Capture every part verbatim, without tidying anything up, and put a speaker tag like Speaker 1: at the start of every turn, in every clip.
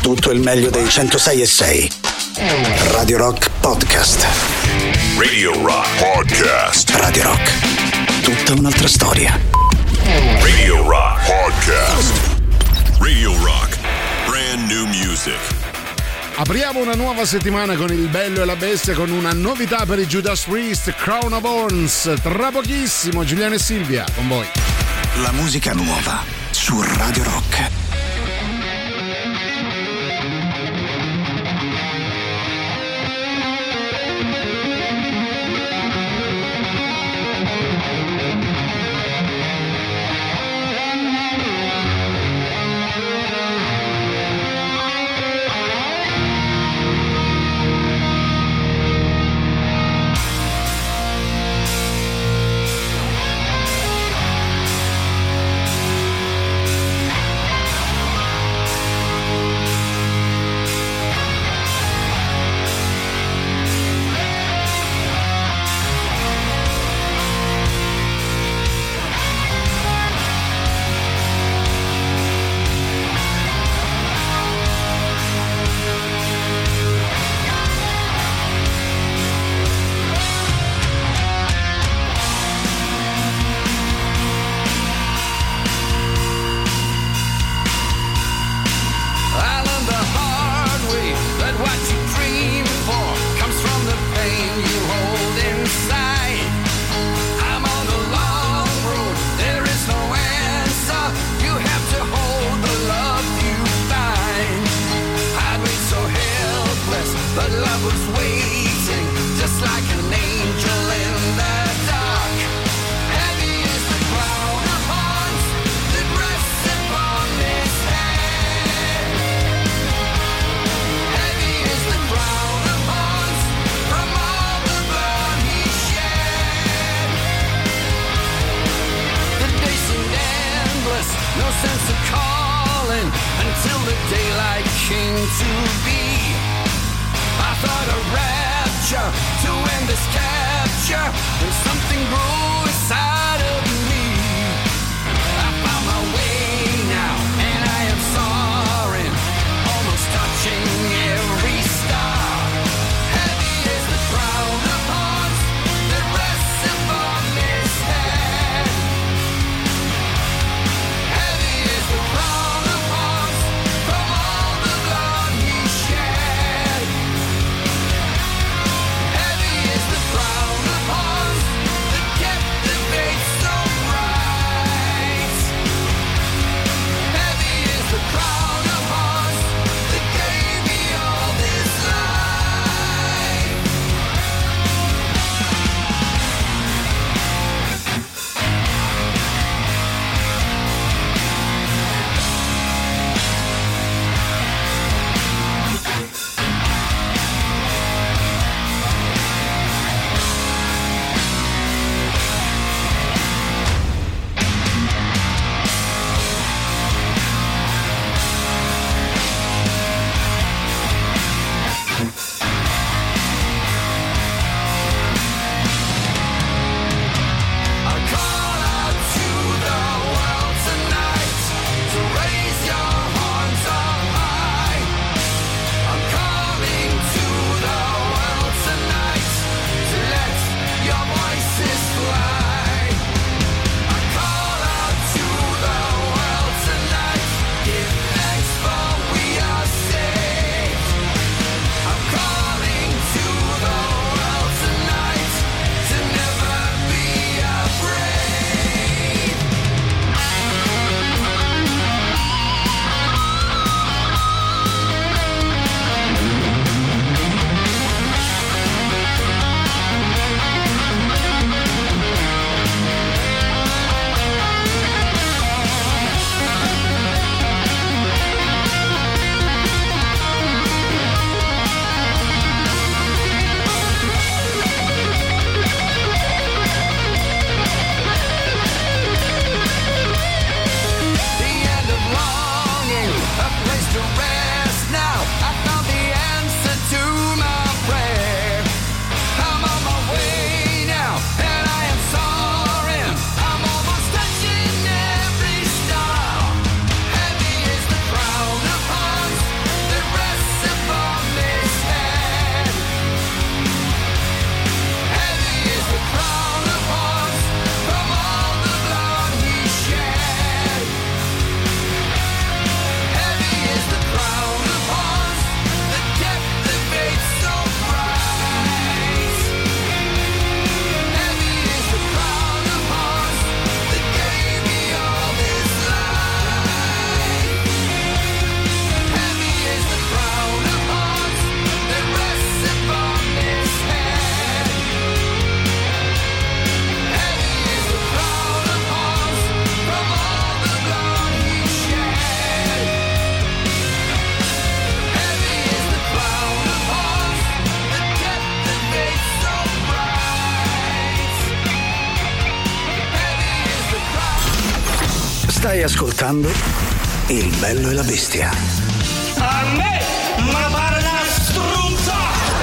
Speaker 1: tutto il meglio dei centosei e sei. Radio Rock Podcast.
Speaker 2: Radio Rock Podcast.
Speaker 1: Radio Rock. Tutta un'altra storia.
Speaker 2: Radio Rock Podcast. Radio Rock. Brand new music.
Speaker 3: Apriamo una nuova settimana con il Bello e la Bestia, con una novità per i Judas Priest, Crown of Thorns. Tra pochissimo Giuliano e Silvia con voi.
Speaker 1: La musica nuova su Radio Rock.
Speaker 4: Heavy is the crown upon the
Speaker 1: Stai ascoltando Il Bello e la Bestia.
Speaker 4: A me, ma pare una struzza!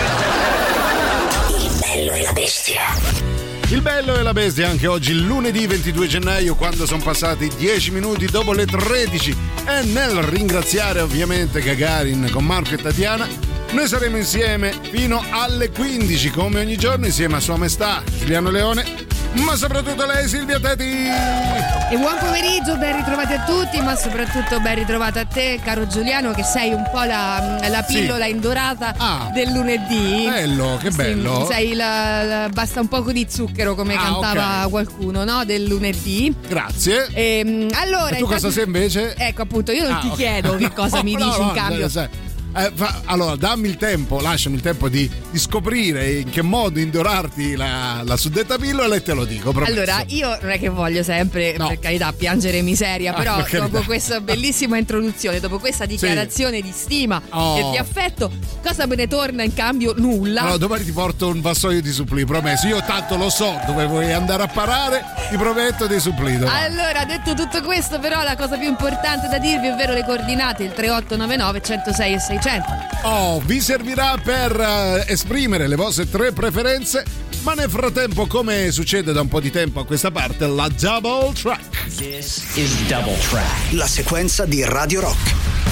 Speaker 1: Il Bello e la Bestia.
Speaker 3: Il Bello e la Bestia anche oggi, lunedì ventidue gennaio, quando sono passati dieci minuti dopo le tredici, e nel ringraziare ovviamente Gagarin con Marco e Tatiana, noi saremo insieme fino alle quindici, come ogni giorno, insieme a Sua Maestà Giuliano Leone, ma soprattutto lei, Silvia Teti.
Speaker 5: E buon pomeriggio, ben ritrovati a tutti, ma soprattutto ben ritrovato a te, caro Giuliano, che sei un po' la, la pillola sì. indorata ah, del lunedì.
Speaker 3: Bello, che bello.
Speaker 5: Sì, sei la, la, basta un poco di zucchero, come ah, cantava okay. qualcuno, no? Del lunedì.
Speaker 3: Grazie.
Speaker 5: E, allora,
Speaker 3: e tu cosa sei invece?
Speaker 5: Ecco, appunto, io non
Speaker 3: ah,
Speaker 5: ti
Speaker 3: okay.
Speaker 5: chiedo che cosa
Speaker 3: no,
Speaker 5: mi
Speaker 3: no,
Speaker 5: dici
Speaker 3: no,
Speaker 5: in cambio.
Speaker 3: No, sai. Eh, fa, allora dammi il tempo, lasciami il tempo di, di scoprire in che modo indorarti la, la suddetta pillola e te lo dico, promesso.
Speaker 5: Allora io non è che voglio sempre no. per carità piangere miseria, però ah, dopo questa bellissima introduzione, dopo questa dichiarazione sì. di stima oh. e di affetto, cosa me ne torna in cambio? Nulla.
Speaker 3: Allora domani ti porto un vassoio di supplì, promesso. Io tanto lo so dove vuoi andare a parare, ti prometto dei supplì.
Speaker 5: Allora, detto tutto questo, però la cosa più importante da dirvi, ovvero le coordinate, il tre otto nove nove uno zero sei e seicento.
Speaker 3: Oh, vi servirà per uh, esprimere le vostre tre preferenze, ma nel frattempo, come succede da un po' di tempo a questa parte, la Double Track.
Speaker 1: This is Double Track, la sequenza di Radio Rock.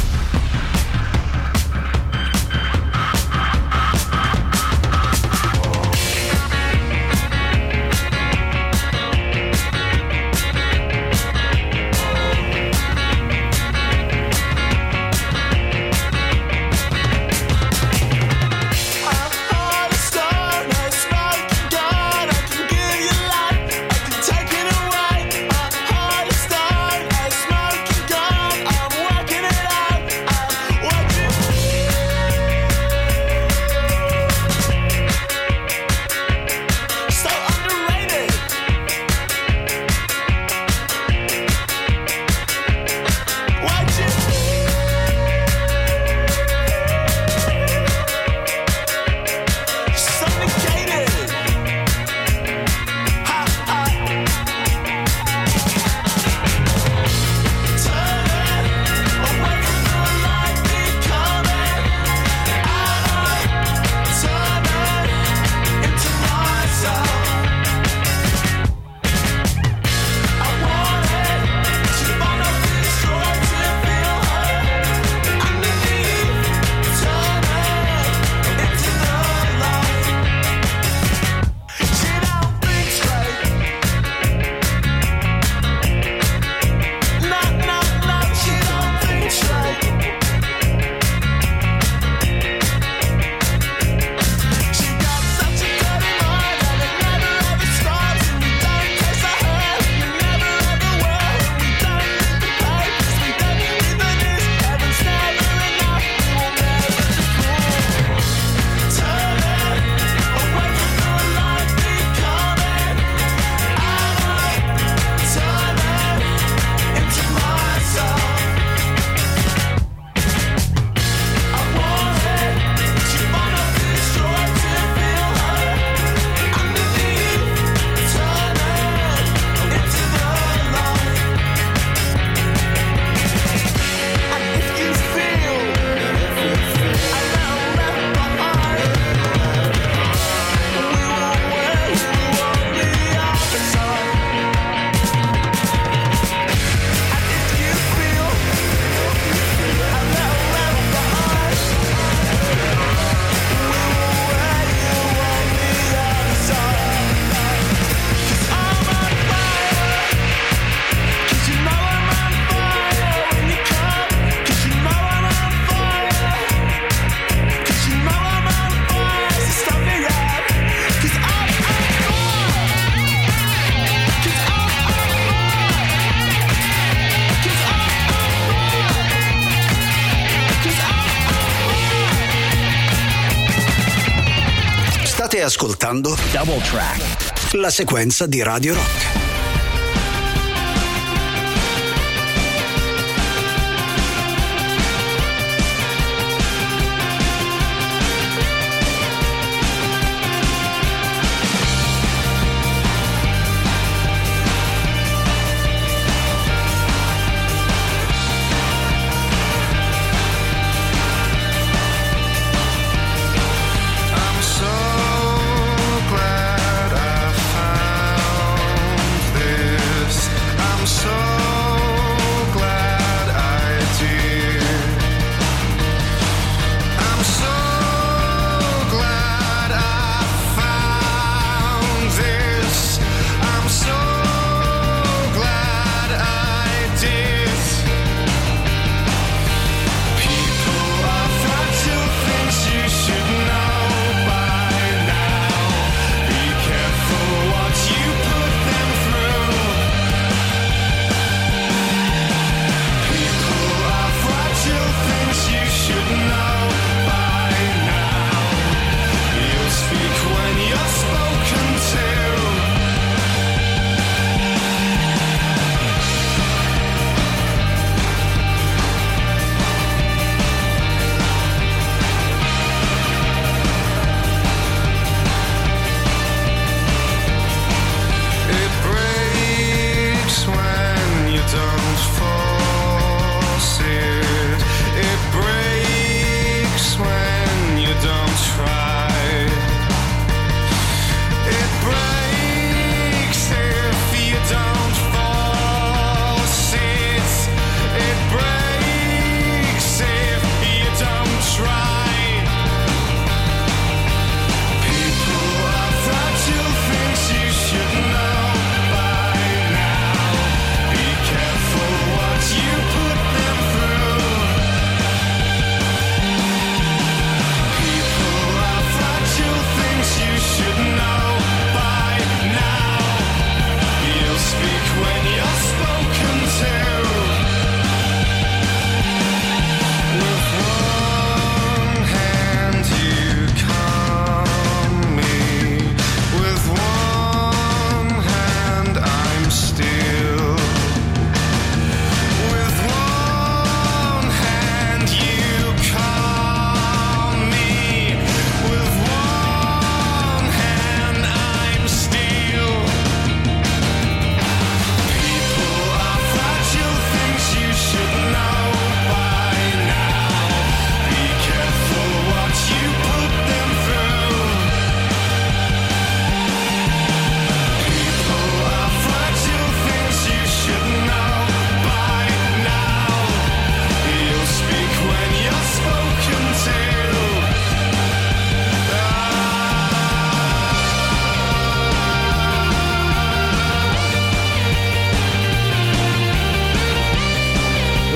Speaker 1: State ascoltando Double Track, la sequenza di Radio Rock.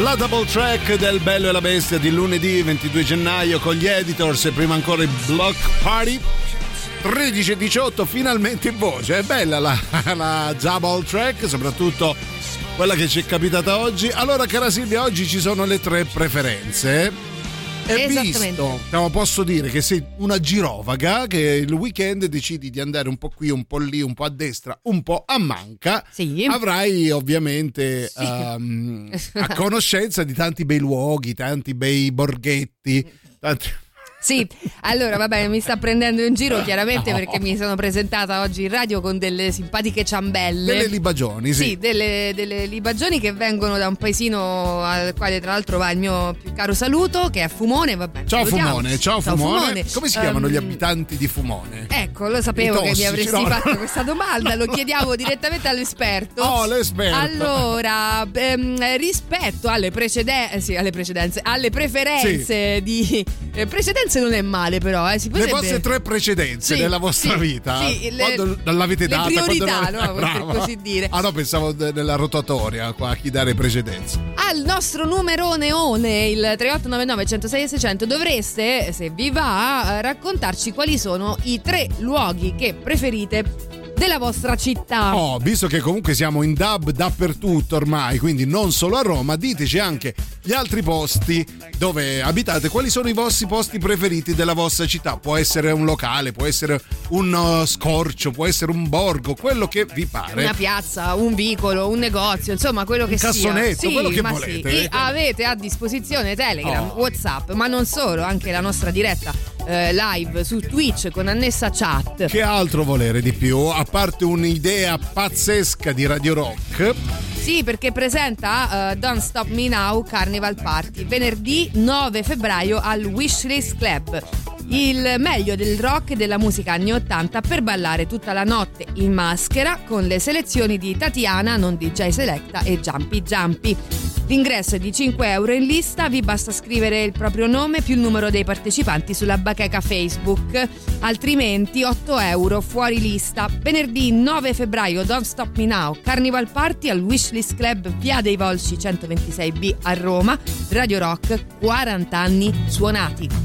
Speaker 3: La double track del Bello e la Bestia di lunedì ventidue gennaio con gli Editors e prima ancora il Block Party. tredici e diciotto, finalmente in voce. È bella la, la double track, soprattutto quella che ci è capitata oggi. Allora, cara Silvia, oggi ci sono le tre preferenze. E visto, no, posso dire che sei una girovaga, che il weekend decidi di andare un po' qui, un po' lì, un po' a destra, un po' a manca,
Speaker 5: sì.
Speaker 3: Avrai ovviamente sì. um, a conoscenza di tanti bei luoghi, tanti bei borghetti, tanti...
Speaker 5: Sì, allora vabbè, mi sta prendendo in giro chiaramente no. perché mi sono presentata oggi in radio con delle simpatiche ciambelle.
Speaker 3: Delle libagioni, sì.
Speaker 5: Sì, delle, delle libagioni che vengono da un paesino al quale tra l'altro va il mio più caro saluto, che è Fumone. Vabbè,
Speaker 3: ciao Fumone, ciao, ciao Fumone.
Speaker 5: Fumone.
Speaker 3: Come si chiamano um, gli abitanti di Fumone?
Speaker 5: Ecco, lo sapevo tossici, che mi avresti no? fatto questa domanda, lo chiediamo direttamente all'esperto.
Speaker 3: Oh, l'esperto.
Speaker 5: Allora, ehm, rispetto alle precedenze, sì, alle precedenze, alle preferenze sì. di eh, precedenze non è male, però eh, si potrebbe...
Speaker 3: le vostre tre precedenze sì, nella vostra
Speaker 5: sì,
Speaker 3: vita
Speaker 5: sì, le,
Speaker 3: quando l'avete data,
Speaker 5: le priorità,
Speaker 3: quando
Speaker 5: no, per così dire.
Speaker 3: Ah no, pensavo nella rotatoria qua a chi dare precedenze.
Speaker 5: Al nostro numerone one, il tre otto nove nove uno zero sei sei zero zero, dovreste, se vi va, raccontarci quali sono i tre luoghi che preferite della vostra città.
Speaker 3: Oh, visto che comunque siamo in dub dappertutto ormai, quindi non solo a Roma, diteci anche gli altri posti dove abitate, quali sono i vostri posti preferiti della vostra città. Può essere un locale, può essere un uh, scorcio, può essere un borgo, quello che vi pare.
Speaker 5: Una piazza, un vicolo, un negozio, insomma quello che
Speaker 3: un
Speaker 5: sia.
Speaker 3: Cassonetto,
Speaker 5: sì,
Speaker 3: quello che
Speaker 5: ma
Speaker 3: volete.
Speaker 5: Sì. E avete a disposizione Telegram, oh. WhatsApp, ma non solo, anche la nostra diretta eh, live su Twitch con annessa chat.
Speaker 3: Che altro volere di più? A parte un'idea pazzesca di Radio Rock.
Speaker 5: Sì, perché presenta uh, Don't Stop Me Now Carnival Party venerdì nove febbraio al Wishlist Club. Il meglio del rock e della musica anni ottanta per ballare tutta la notte in maschera con le selezioni di Tatiana, non D J Selecta e Jumpy Jumpy. L'ingresso è di cinque euro in lista, vi basta scrivere il proprio nome più il numero dei partecipanti sulla bacheca Facebook, altrimenti otto euro fuori lista. Venerdì nove febbraio, Don't Stop Me Now, Carnival Party al Wishlist Club, via dei Volsci centoventisei B a Roma. Radio Rock, quaranta anni suonati.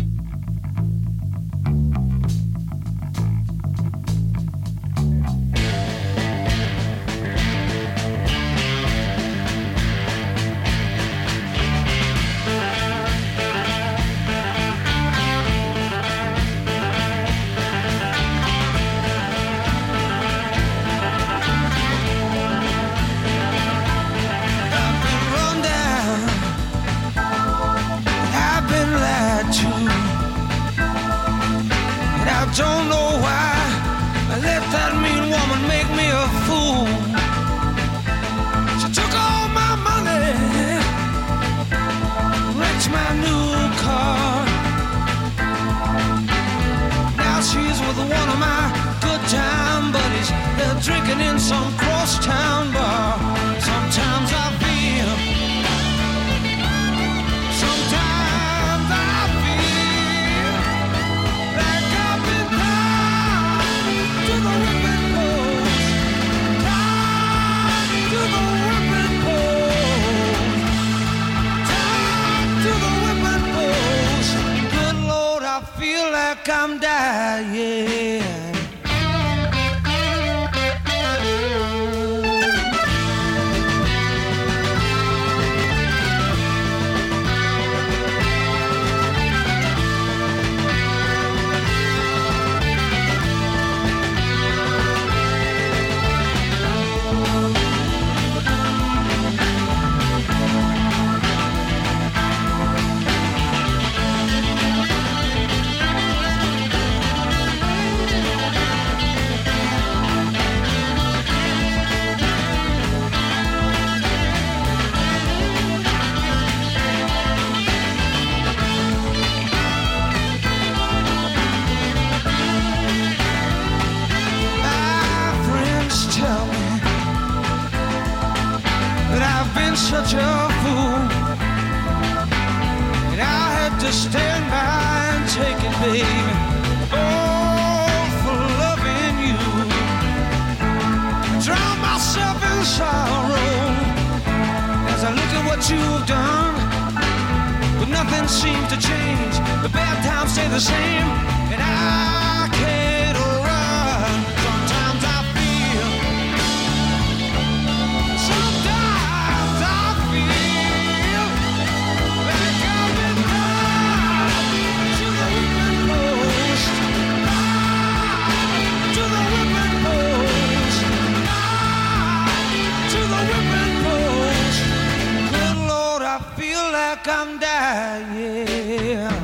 Speaker 6: Don't know why I let that mean woman make me a fool. She took all my money, wrecked my new car. Now she's with one of my good time buddies. They're drinking in some crosstown bar. Sometimes I feel, sometimes I feel like I've been to the whipping post, tied to the whipping post, tied to the whipping post. Good Lord, I feel like I'm dying. Such a fool, and I had to stand by and take it, baby. Oh, for loving you, I drown myself in sorrow as I look at what you've done. doesn't seem to change. The bad times stay the same, and I can't run. Sometimes I feel, sometimes I feel like I've been run to the whipping post, to the whipping post, to the whipping post. Good Lord, I feel like I'm dying.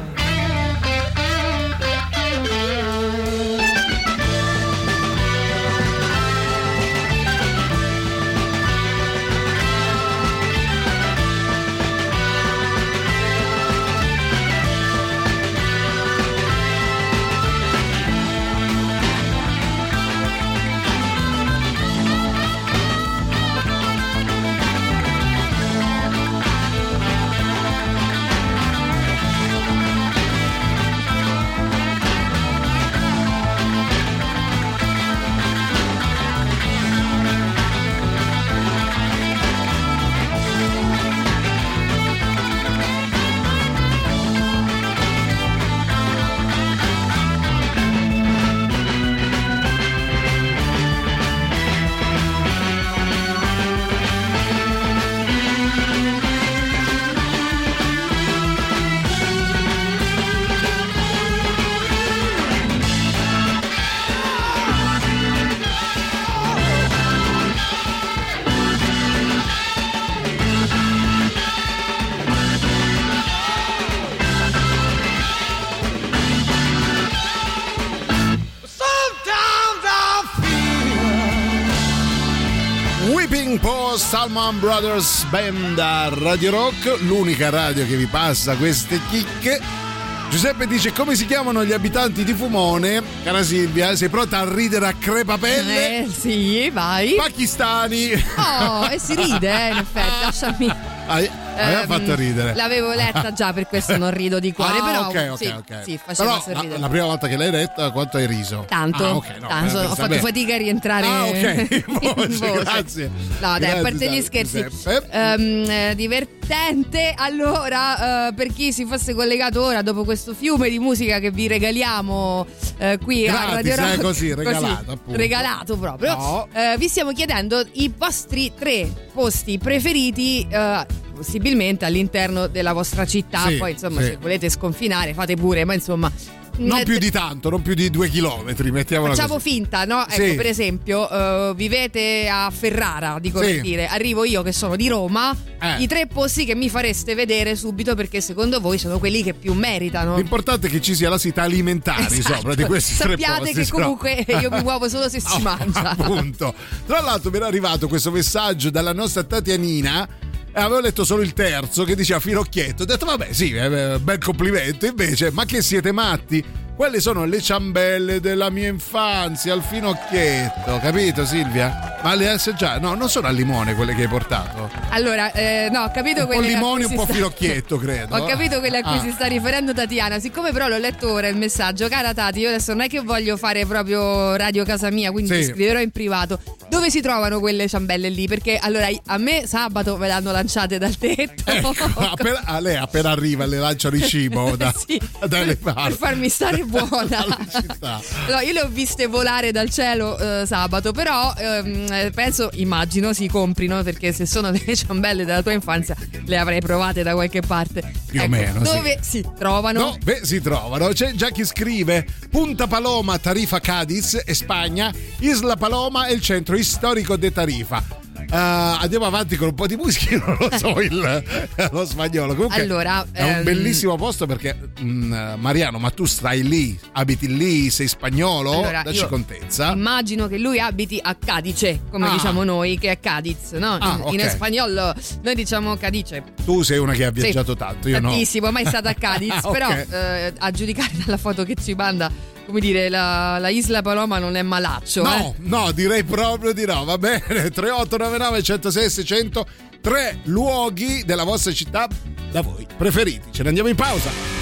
Speaker 3: Salman Brothers Band a Radio Rock, l'unica radio che vi passa queste chicche. Giuseppe dice: come si chiamano gli abitanti di Fumone? Cara Silvia, sei pronta a ridere a crepapelle?
Speaker 5: Eh sì, vai.
Speaker 3: Pakistani.
Speaker 5: Oh, e si ride, eh, in effetti, lasciami.
Speaker 3: Aveva um, fatto ridere.
Speaker 5: L'avevo letta già, per questo non rido di cuore.
Speaker 3: Ah,
Speaker 5: però
Speaker 3: ok, ok,
Speaker 5: sì,
Speaker 3: ok.
Speaker 5: Sì, faceva
Speaker 3: però
Speaker 5: sorridere.
Speaker 3: La, la prima volta che l'hai letta, quanto hai riso?
Speaker 5: Tanto.
Speaker 3: Ah, okay, no,
Speaker 5: tanto
Speaker 3: beh,
Speaker 5: ho fatto
Speaker 3: bene.
Speaker 5: fatica a rientrare
Speaker 3: ah, okay. in voce,
Speaker 5: in voce.
Speaker 3: Grazie.
Speaker 5: No, dai,
Speaker 3: grazie,
Speaker 5: a parte gli scherzi. Um, eh, divertente. Allora, uh, per chi si fosse collegato ora dopo questo fiume di musica che vi regaliamo uh, qui
Speaker 3: Gratis,
Speaker 5: a Radio Rock,
Speaker 3: eh, così, regalato,
Speaker 5: così,
Speaker 3: appunto.
Speaker 5: regalato proprio.
Speaker 3: No.
Speaker 5: Uh, vi stiamo chiedendo i vostri tre posti preferiti. Uh, possibilmente all'interno della vostra città,
Speaker 3: sì,
Speaker 5: poi insomma
Speaker 3: sì.
Speaker 5: se volete sconfinare fate pure, ma insomma
Speaker 3: non più di tanto, non più di due chilometri, mettiamola
Speaker 5: facciamo
Speaker 3: così.
Speaker 5: finta, no?
Speaker 3: Sì.
Speaker 5: Ecco, per esempio uh, vivete a Ferrara, dico
Speaker 3: sì.
Speaker 5: per dire, arrivo io che sono di Roma,
Speaker 3: eh.
Speaker 5: i tre posti che mi fareste vedere subito, perché secondo voi sono quelli che più meritano.
Speaker 3: L'importante è che ci sia la sita alimentare
Speaker 5: esatto.
Speaker 3: sopra di questi tre posti.
Speaker 5: Sappiate che comunque no. io mi muovo solo se si
Speaker 3: oh,
Speaker 5: mangia.
Speaker 3: Appunto. Tra l'altro mi era arrivato questo messaggio dalla nostra Tatianina. Avevo letto solo il terzo che diceva Finocchietto. Ho detto vabbè sì, eh, bel complimento. Invece, ma che siete matti? Quelle sono le ciambelle della mia infanzia, al Finocchietto, capito Silvia? Ma le hai assaggiate? No, non sono al limone quelle che hai portato.
Speaker 5: Allora, eh, no, ho capito
Speaker 3: un
Speaker 5: quelle.
Speaker 3: Un po' limone, un po'
Speaker 5: sta...
Speaker 3: Finocchietto, credo.
Speaker 5: Ho capito quelle a cui
Speaker 3: ah.
Speaker 5: si sta riferendo Tatiana. Siccome però l'ho letto ora il messaggio, cara Tati, io adesso non è che voglio fare proprio radio casa mia, quindi
Speaker 3: sì.
Speaker 5: ti scriverò in privato. Dove si trovano quelle ciambelle lì? Perché allora a me sabato me le hanno lanciate dal tetto.
Speaker 3: Ecco, appena, a lei appena arriva le lanciano il cibo da,
Speaker 5: sì,
Speaker 3: dalle
Speaker 5: per,
Speaker 3: parti.
Speaker 5: per farmi stare buona. No, io le ho viste volare dal cielo eh, sabato, però ehm, penso, immagino si comprino, perché se sono delle ciambelle della tua infanzia le avrei provate da qualche parte.
Speaker 3: Più
Speaker 5: ecco,
Speaker 3: o meno.
Speaker 5: Dove
Speaker 3: sì.
Speaker 5: si trovano?
Speaker 3: Dove si trovano? C'è già chi scrive: Punta Paloma, Tarifa, Cadiz e Spagna, Isla Paloma e il centro storico de Tarifa. Uh, andiamo avanti con un po' di musica, non lo so il, lo spagnolo. Comunque
Speaker 5: allora,
Speaker 3: è un
Speaker 5: ehm...
Speaker 3: bellissimo posto perché mh, Mariano, ma tu stai lì, abiti lì, sei spagnolo?
Speaker 5: Allora,
Speaker 3: dacci contezza.
Speaker 5: Immagino che lui abiti a Cadice, come
Speaker 3: ah.
Speaker 5: diciamo noi, che è Cadiz, no?
Speaker 3: Ah,
Speaker 5: in,
Speaker 3: okay.
Speaker 5: in spagnolo noi diciamo Cadice.
Speaker 3: Tu sei una che ha viaggiato
Speaker 5: sì,
Speaker 3: tanto, io
Speaker 5: tantissimo,
Speaker 3: no.
Speaker 5: mai stata a Cadiz,
Speaker 3: okay.
Speaker 5: però eh, a giudicare dalla foto che ci manda, come dire, la, la Isla Paloma non è malaccio.
Speaker 3: No,
Speaker 5: eh?
Speaker 3: no, direi proprio di no. Va bene, tre otto nove nove uno zero sei sei zero zero, tre luoghi della vostra città da voi preferiti. Ce ne andiamo in pausa.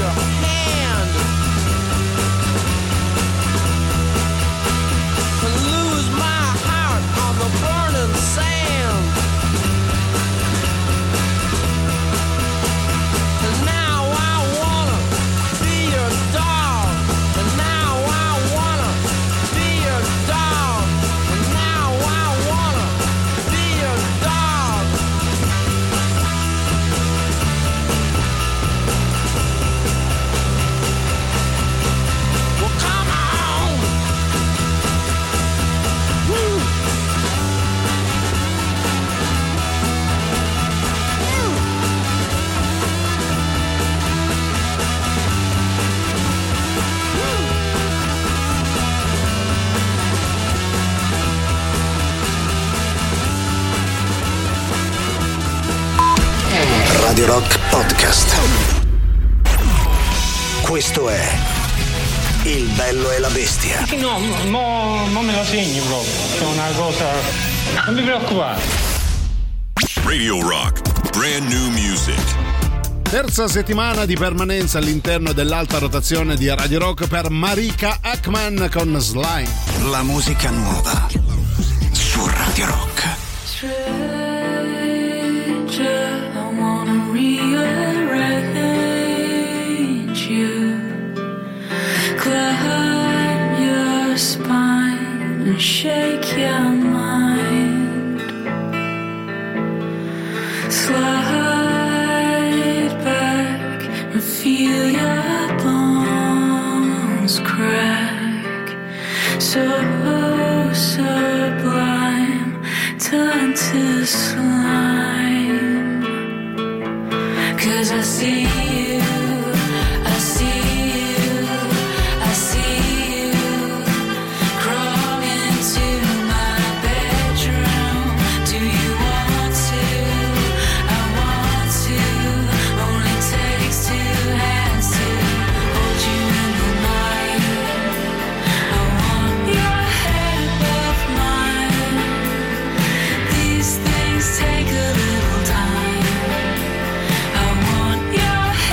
Speaker 6: your hand and lose my heart on the burning sand. And now I wanna be your dog. And now I wanna be your dog. And now I wanna be your dog. Well, come on. Woo.
Speaker 1: Radio Rock Podcast. Questo è Il bello e la bestia.
Speaker 4: No, mo, mo me lo segni proprio. C'è una cosa. Non mi preoccupare.
Speaker 2: Radio Rock, brand new music.
Speaker 3: Terza settimana di permanenza all'interno dell'alta rotazione di Radio Rock per Marika Ackman con Slime.
Speaker 1: La musica nuova su Radio Rock.
Speaker 7: Stranger, I wanna rearrange you, climb your spine and shake your mind, slide back and feel your bones crack, so sublime, turn to slime, 'cause I see you, I see you, I see you, crawl into my bedroom. Do you want to? I want to. Only takes two hands to hold you in the night. I want your head above mine. These things take a little time. I want your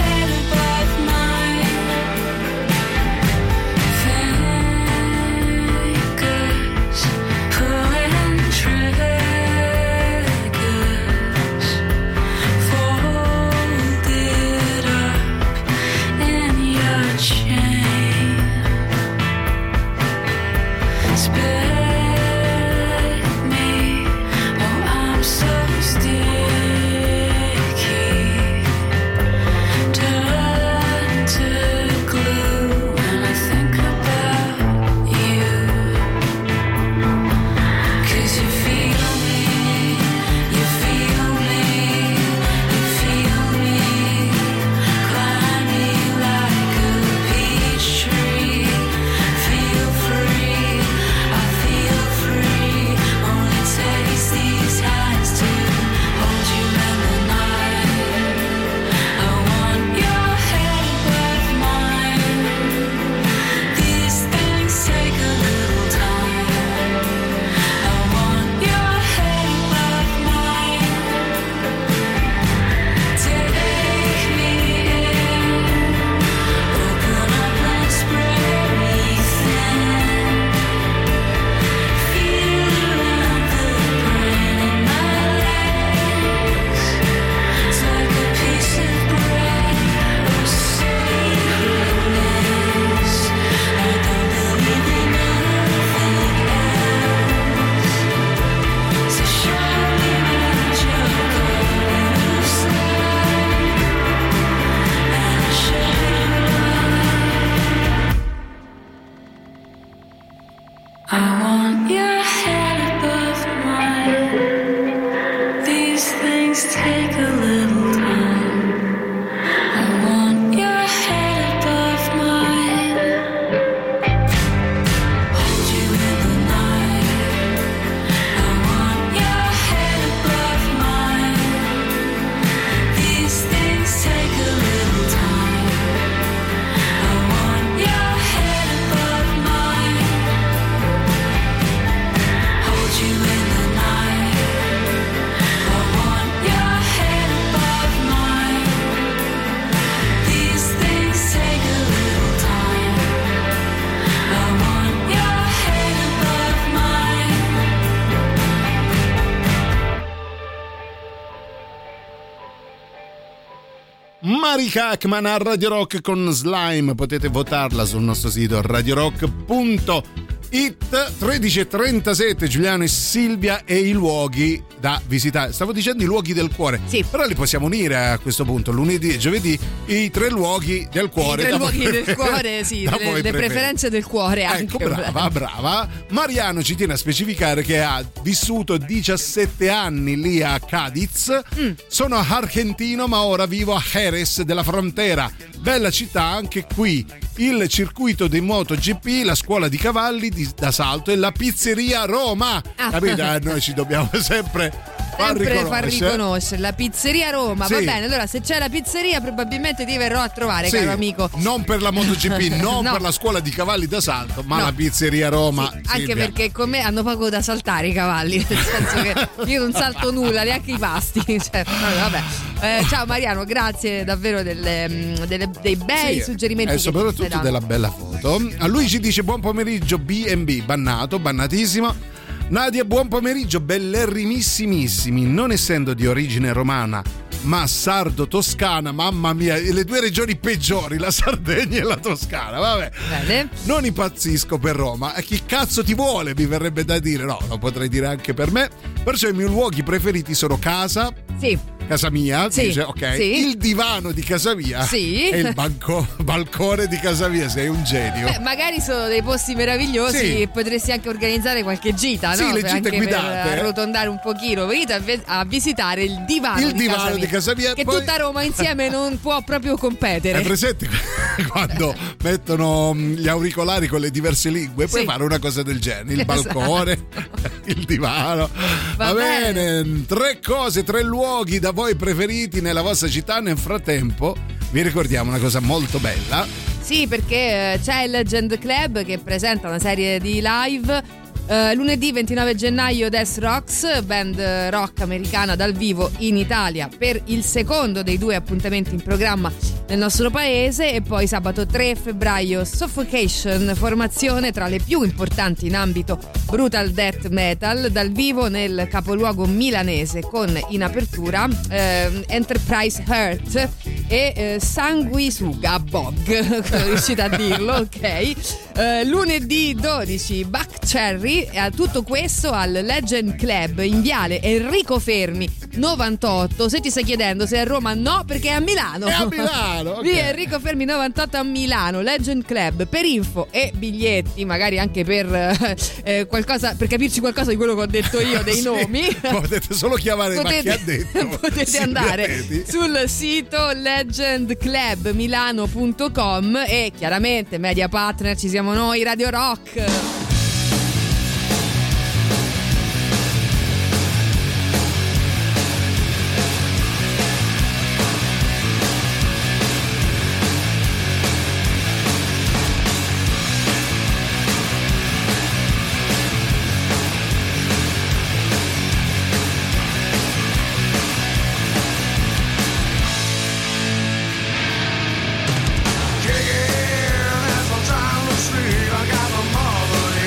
Speaker 3: Mari Kachman a Radio Rock con Slime. Potete votarla sul nostro sito radio rock punto it. Tredici e trentasette, Giuliano e Silvia, e i luoghi da visitare. Stavo dicendo i luoghi del cuore,
Speaker 5: sì,
Speaker 3: però li possiamo unire a questo punto, lunedì e giovedì, i tre luoghi del cuore.
Speaker 5: I tre
Speaker 3: da
Speaker 5: luoghi
Speaker 3: voi,
Speaker 5: del cuore, sì, le, le preferenze del cuore anche.
Speaker 3: Ecco, brava, brava. Mariano ci tiene a specificare che ha vissuto diciassette anni lì a Cadiz. Mm. Sono argentino, ma ora vivo a Jerez della Frontera. Bella città anche qui. Il circuito dei MotoGP, la scuola di cavalli di, da salto e la pizzeria Roma. Ah. Capito? Noi ci dobbiamo sempre far
Speaker 5: sempre
Speaker 3: riconoscere.
Speaker 5: far riconoscere la pizzeria Roma.
Speaker 3: Sì.
Speaker 5: Va bene, allora se c'è la pizzeria probabilmente ti verrò a trovare, sì, caro amico.
Speaker 3: Non per la MotoGP, non
Speaker 5: no.
Speaker 3: per la scuola di cavalli da salto, ma
Speaker 5: no.
Speaker 3: la pizzeria Roma.
Speaker 5: Sì, anche
Speaker 3: Silvia.
Speaker 5: perché con me hanno poco da saltare i cavalli, nel senso che io non salto nulla, neanche i pasti. Cioè, vabbè. Eh, ciao Mariano, grazie davvero delle, delle, dei bei
Speaker 3: sì,
Speaker 5: suggerimenti.
Speaker 3: E
Speaker 5: che
Speaker 3: soprattutto della bella foto. A lui ci dice buon pomeriggio B and B, bannato, bannatissimo. Nadia, buon pomeriggio, bellerrimissimissimi. Non essendo di origine romana ma sardo-toscana, mamma mia, le due regioni peggiori, la Sardegna e la Toscana, vabbè.
Speaker 5: Bene.
Speaker 3: Non impazzisco per Roma, e chi cazzo ti vuole, mi verrebbe da dire, no, lo potrei dire anche per me. Perciò i miei luoghi preferiti sono casa,
Speaker 5: sì,
Speaker 3: casa mia,
Speaker 5: sì,
Speaker 3: dice, ok,
Speaker 5: sì,
Speaker 3: il divano di casa mia,
Speaker 5: sì,
Speaker 3: e il banco, balcone di casa mia. Sei un genio.
Speaker 5: Beh, magari sono dei posti meravigliosi, sì, potresti anche organizzare qualche gita,
Speaker 3: sì,
Speaker 5: no?
Speaker 3: le gite
Speaker 5: anche
Speaker 3: guidate,
Speaker 5: per arrotondare un pochino. Venite a, ve- a visitare il divano,
Speaker 3: il
Speaker 5: di,
Speaker 3: divano
Speaker 5: casa
Speaker 3: di casa mia,
Speaker 5: che
Speaker 3: poi...
Speaker 5: tutta Roma insieme non può proprio competere.
Speaker 3: È presente quando mettono gli auricolari con le diverse lingue? Puoi
Speaker 5: sì, fare
Speaker 3: una cosa del genere, il balcone, esatto, il divano. Va, Va bene. bene, tre cose, tre luoghi da voi preferiti nella vostra città. Nel frattempo vi ricordiamo una cosa molto bella.
Speaker 5: Sì, perché c'è il Legend Club che presenta una serie di live. Uh, lunedì ventinove gennaio Death Rocks, band rock americana dal vivo in Italia per il secondo dei due appuntamenti in programma nel nostro paese, e poi sabato tre febbraio Suffocation, formazione tra le più importanti in ambito brutal death metal, dal vivo nel capoluogo milanese, con in apertura eh, Enterprise Heart e eh, Sanguisuga Bog, sono riuscita a dirlo, ok. Uh, lunedì dodici Buck Cherry. A tutto questo al Legend Club in viale Enrico Fermi novantotto. Se ti stai chiedendo se è a Roma, no, perché è a Milano.
Speaker 3: È a Milano, okay.
Speaker 5: Via Enrico Fermi novantotto a Milano, Legend Club. Per info e biglietti, magari anche per eh, qualcosa, per capirci qualcosa di quello che ho detto io dei sì, nomi,
Speaker 3: potete solo chiamare potete, ma chi ha detto
Speaker 5: potete sì, andare vedi. sul sito legend club milano punto com, e chiaramente media partner ci siamo noi, Radio Rock.
Speaker 6: Trying to sleep, I got my mother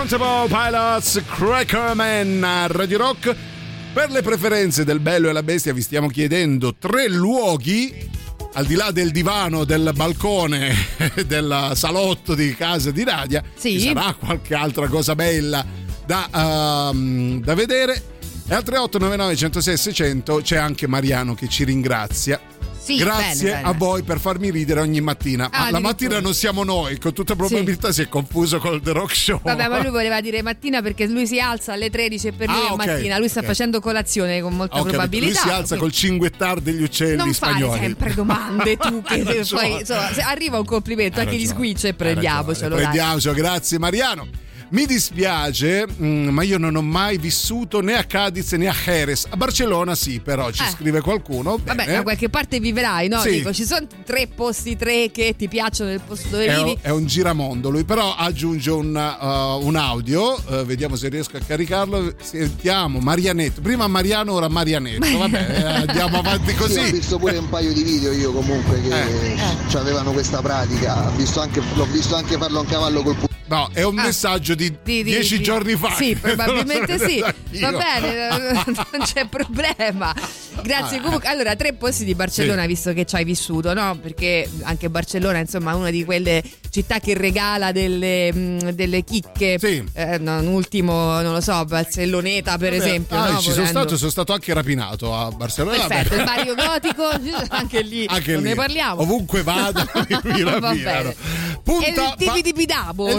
Speaker 3: Stone Temple Pilots, Crackerman a Radio Rock. Per le preferenze del bello e la bestia vi stiamo chiedendo tre luoghi, al di là del divano, del balcone, del salotto di casa di Radia.
Speaker 5: Sì.
Speaker 3: Ci sarà qualche altra cosa bella da, uh, da vedere. E al tre otto nove nove uno zero sei sei zero zero c'è anche Mariano che ci ringrazia.
Speaker 5: Sì,
Speaker 3: grazie
Speaker 5: bene, bene.
Speaker 3: a voi per farmi ridere ogni mattina.
Speaker 5: Ah,
Speaker 3: Ma la mattina non siamo noi, con tutta probabilità sì. Si è confuso col The Rock Show.
Speaker 5: Vabbè, ma lui voleva dire mattina perché lui si alza alle tredici e per lui
Speaker 3: ah,
Speaker 5: è
Speaker 3: okay,
Speaker 5: mattina. Lui sta
Speaker 3: okay.
Speaker 5: facendo colazione con molta
Speaker 3: okay,
Speaker 5: probabilità.
Speaker 3: Lui si alza
Speaker 5: quindi...
Speaker 3: col cinguettar degli uccelli
Speaker 5: non
Speaker 3: spagnoli.
Speaker 5: fare sempre domande tu che poi insomma, se arriva un complimento
Speaker 3: Hai
Speaker 5: anche
Speaker 3: ragione,
Speaker 5: gli squitch e prendiamocelo.
Speaker 3: Prendiamocelo, grazie Mariano. Mi dispiace, mh, ma io non ho mai vissuto né a Cadiz né a Jerez. A Barcellona sì, però ci
Speaker 5: eh.
Speaker 3: scrive qualcuno. Bene.
Speaker 5: Vabbè, da qualche parte vivrai, no?
Speaker 3: Sì.
Speaker 5: Dico, ci sono tre posti, tre che ti piacciono del posto dove
Speaker 3: È
Speaker 5: vivi.
Speaker 3: un, è un giramondo lui, però aggiunge un, uh, un audio, uh, vediamo se riesco a caricarlo. Sentiamo Marianetto, prima Mariano, ora Marianetto. Vabbè, eh, andiamo avanti così.
Speaker 8: Sì, ho visto pure un paio di video io comunque che
Speaker 3: eh.
Speaker 8: eh. avevano questa pratica. Ho visto anche, l'ho visto anche farlo a un cavallo col pugno.
Speaker 3: No, è un
Speaker 5: ah,
Speaker 3: messaggio di, di dieci di, giorni fa.
Speaker 5: Sì, probabilmente sì. Va bene, non c'è problema. Grazie.
Speaker 3: Ah,
Speaker 5: Comunque, allora, tre posti di Barcellona, sì. Visto che ci hai vissuto, no? Perché anche Barcellona, insomma, è una di quelle città che regala delle, delle chicche.
Speaker 3: Sì.
Speaker 5: Eh, no, un ultimo, non lo so, Barcelloneta, per
Speaker 3: Vabbè,
Speaker 5: esempio.
Speaker 3: Ah,
Speaker 5: no?
Speaker 3: ci sono stato, sono stato anche rapinato a Barcellona.
Speaker 5: Perfetto, il Mario Gotico, anche lì
Speaker 3: anche
Speaker 5: non
Speaker 3: lì.
Speaker 5: ne parliamo.
Speaker 3: Ovunque vada, mi rapinano. Punta,
Speaker 5: e il tipi di Pidabo.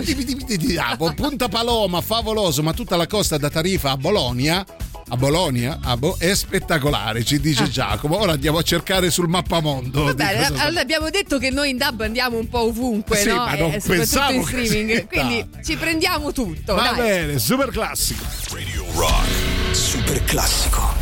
Speaker 3: Punta Paloma, favoloso, ma tutta la costa da Tarifa a Bologna, a Bologna a Bo- è spettacolare, ci dice ah. Giacomo. Ora andiamo a cercare sul mappamondo.
Speaker 5: Va bene, allora abbiamo detto che noi in D A B andiamo un po' ovunque,
Speaker 3: sì,
Speaker 5: no?
Speaker 3: Ma non
Speaker 5: e soprattutto in streaming, quindi
Speaker 3: da.
Speaker 5: ci prendiamo tutto.
Speaker 3: Va
Speaker 5: dai.
Speaker 3: bene, super classico.
Speaker 2: Radio Rock,
Speaker 1: super classico.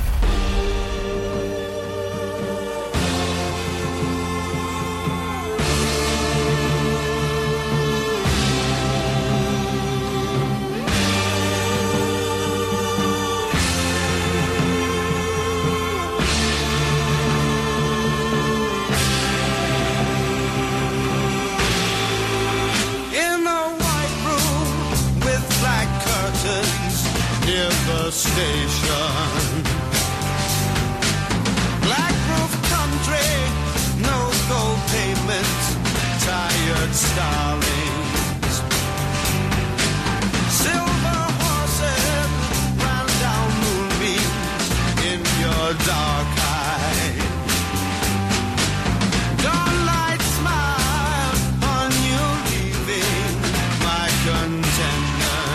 Speaker 6: Station, black roof country, no gold pavement, tired starlings, silver horses ran down moonbeams in your dark eyes. Dawnlight smile on you leaving my contentment.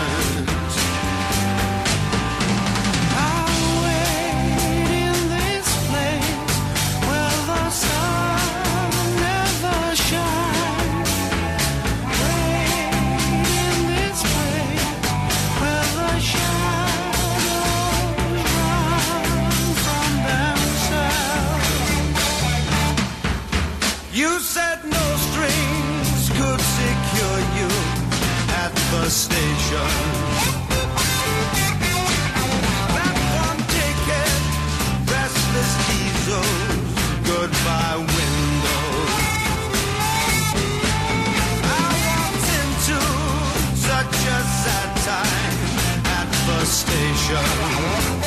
Speaker 6: You said no strings could secure you at the station. Platform ticket, restless diesels, goodbye windows. I walked into such a sad time at the station.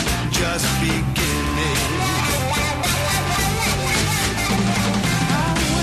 Speaker 6: Just beginning. I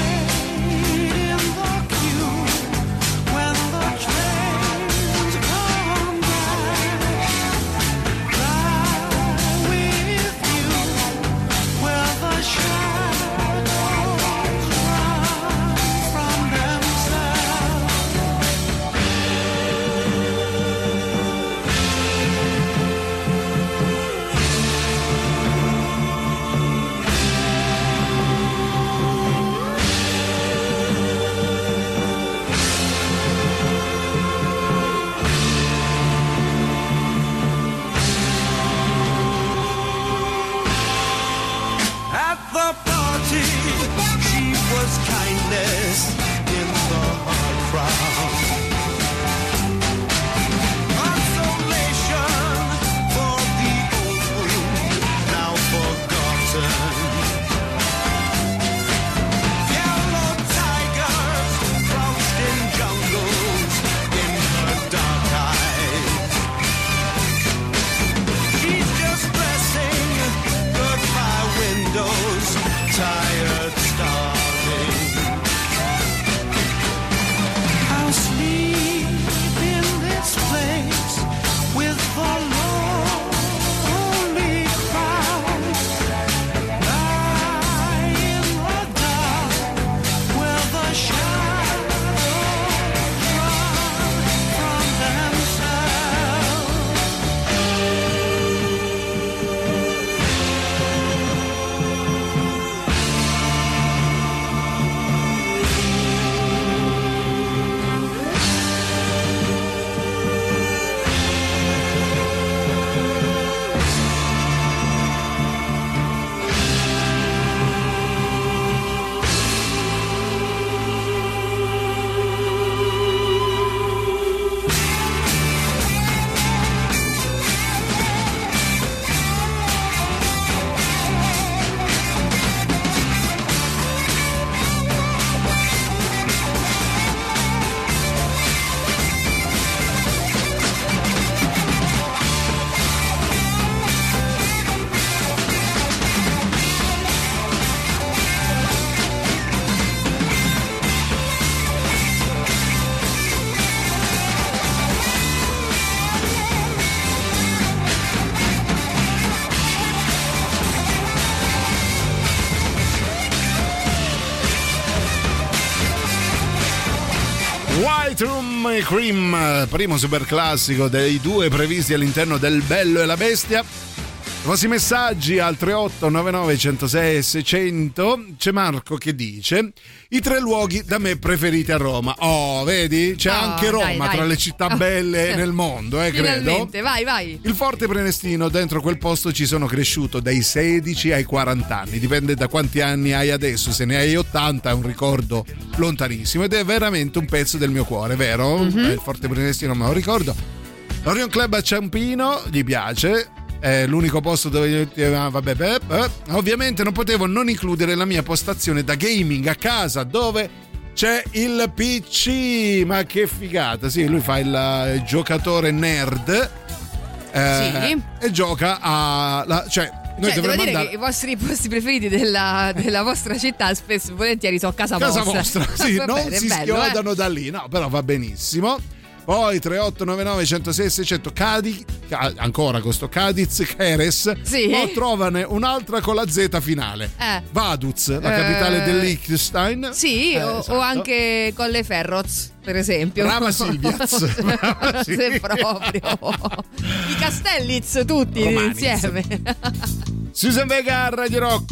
Speaker 3: Spectrum Cream, primo super classico dei due previsti all'interno del Bello e la Bestia. I vostri messaggi al tre otto nove nove uno zero sei seicento. C'è Marco che dice: i tre luoghi da me preferiti a Roma. Oh, vedi? C'è
Speaker 5: oh,
Speaker 3: anche Roma
Speaker 5: dai, dai.
Speaker 3: tra le città belle oh. nel mondo, eh,
Speaker 5: Finalmente,
Speaker 3: credo.
Speaker 5: vai, vai.
Speaker 3: Il Forte Prenestino, dentro quel posto ci sono cresciuto dai sedici ai quaranta anni. Dipende da quanti anni hai adesso. Se ne hai ottanta è un ricordo lontanissimo ed è veramente un pezzo del mio cuore, vero? Mm-hmm. Il Forte Prenestino me lo ricordo. L'Orion Club a Ciampino gli piace. È l'unico posto dove ah, vabbè, beh, eh. Ovviamente non potevo non includere la mia postazione da gaming a casa dove c'è il P C. Ma che figata! Sì, lui fa il, il giocatore nerd eh,
Speaker 5: sì.
Speaker 3: e gioca a la, cioè noi
Speaker 5: cioè, devo dire
Speaker 3: andare...
Speaker 5: che i vostri posti preferiti della, della vostra città spesso e volentieri sono casa,
Speaker 3: casa
Speaker 5: vostra.
Speaker 3: vostra. Sì, non
Speaker 5: bene,
Speaker 3: si
Speaker 5: bello,
Speaker 3: schiodano
Speaker 5: eh?
Speaker 3: da lì, no, però va benissimo. Poi tre otto nove nove uno zero sei seicento Cadi, ancora questo Cadiz Keres,
Speaker 5: sì.
Speaker 3: ma trovane un'altra con la Z finale.
Speaker 5: Eh.
Speaker 3: Vaduz, la capitale eh. del Liechtenstein.
Speaker 5: Sì,
Speaker 3: eh,
Speaker 5: o,
Speaker 3: esatto.
Speaker 5: o anche Colle Ferroz, per esempio.
Speaker 3: Brava Silviaz. Brava, sì.
Speaker 5: Se proprio. I Castelliz tutti
Speaker 3: Romanitz.
Speaker 5: insieme.
Speaker 3: Susan Vega, Radio Rock.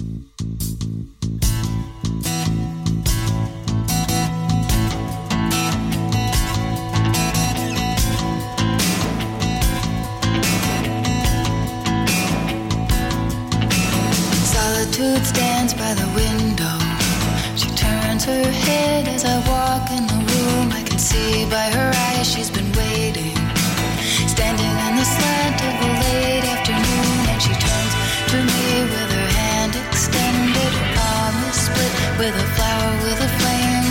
Speaker 7: Solitude stands by the window. She turns her head as I walk in the room. I can see by her eyes she's been waiting, standing in the slant of the late afternoon. And she turns to me with her hand extended, her palm is split with a flower with a flame.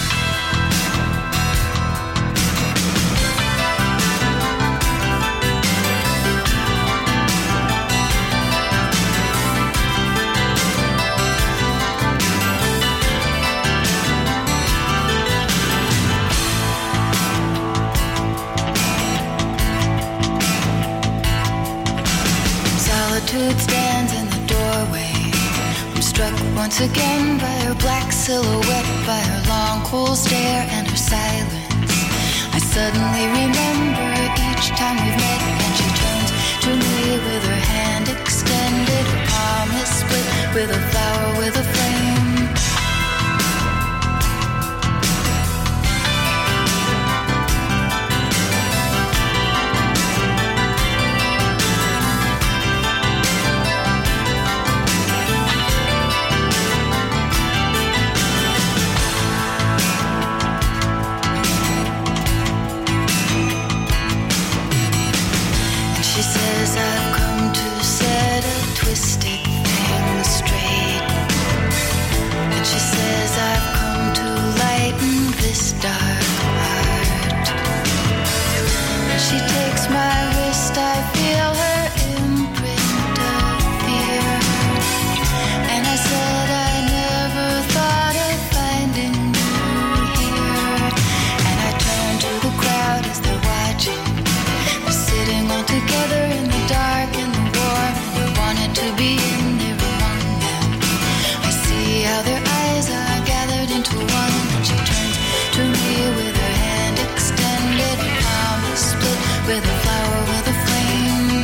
Speaker 7: Solitude stands in the doorway. I'm struck once again by her black silhouette, by her long cool stare and her silence. I suddenly remember each time we've met, and she turns to me with her hand extended, her palm is split with a flower with a flame. She says I've come to set a twisted thing straight. And she says I've come to lighten this dark heart. And she takes my wrist, I feel her imprint of fear. And I said I never thought of finding you here. And I turn to the crowd as they're watching. Sitting all together in the dark and the warm, and I wanted to be in there among them. I see how their eyes are gathered into one, and she turns to me with her hand extended, her palm is split with a flower with a flame.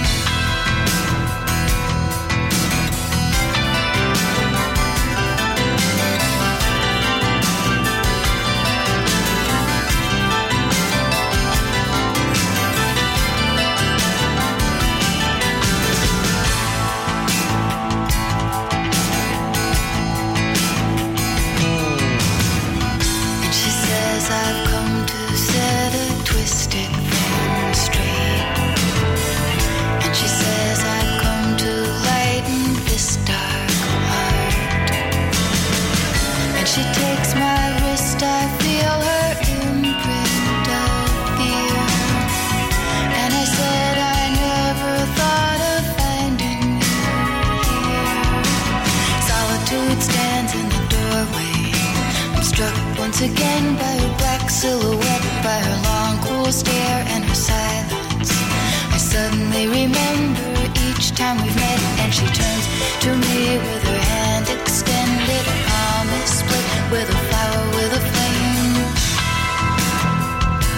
Speaker 7: I've come to set a twisted thing straight. And she says I've come to lighten this dark heart. And she takes my wrist, I feel her imprint of fear. And I said I never thought of finding you here. Solitude stands in the doorway. Struck once again by her black silhouette, by her long cool stare and her silence. I suddenly remember each time we've met, and she turns to me with her hand extended, her palm is split with a flower with a flame.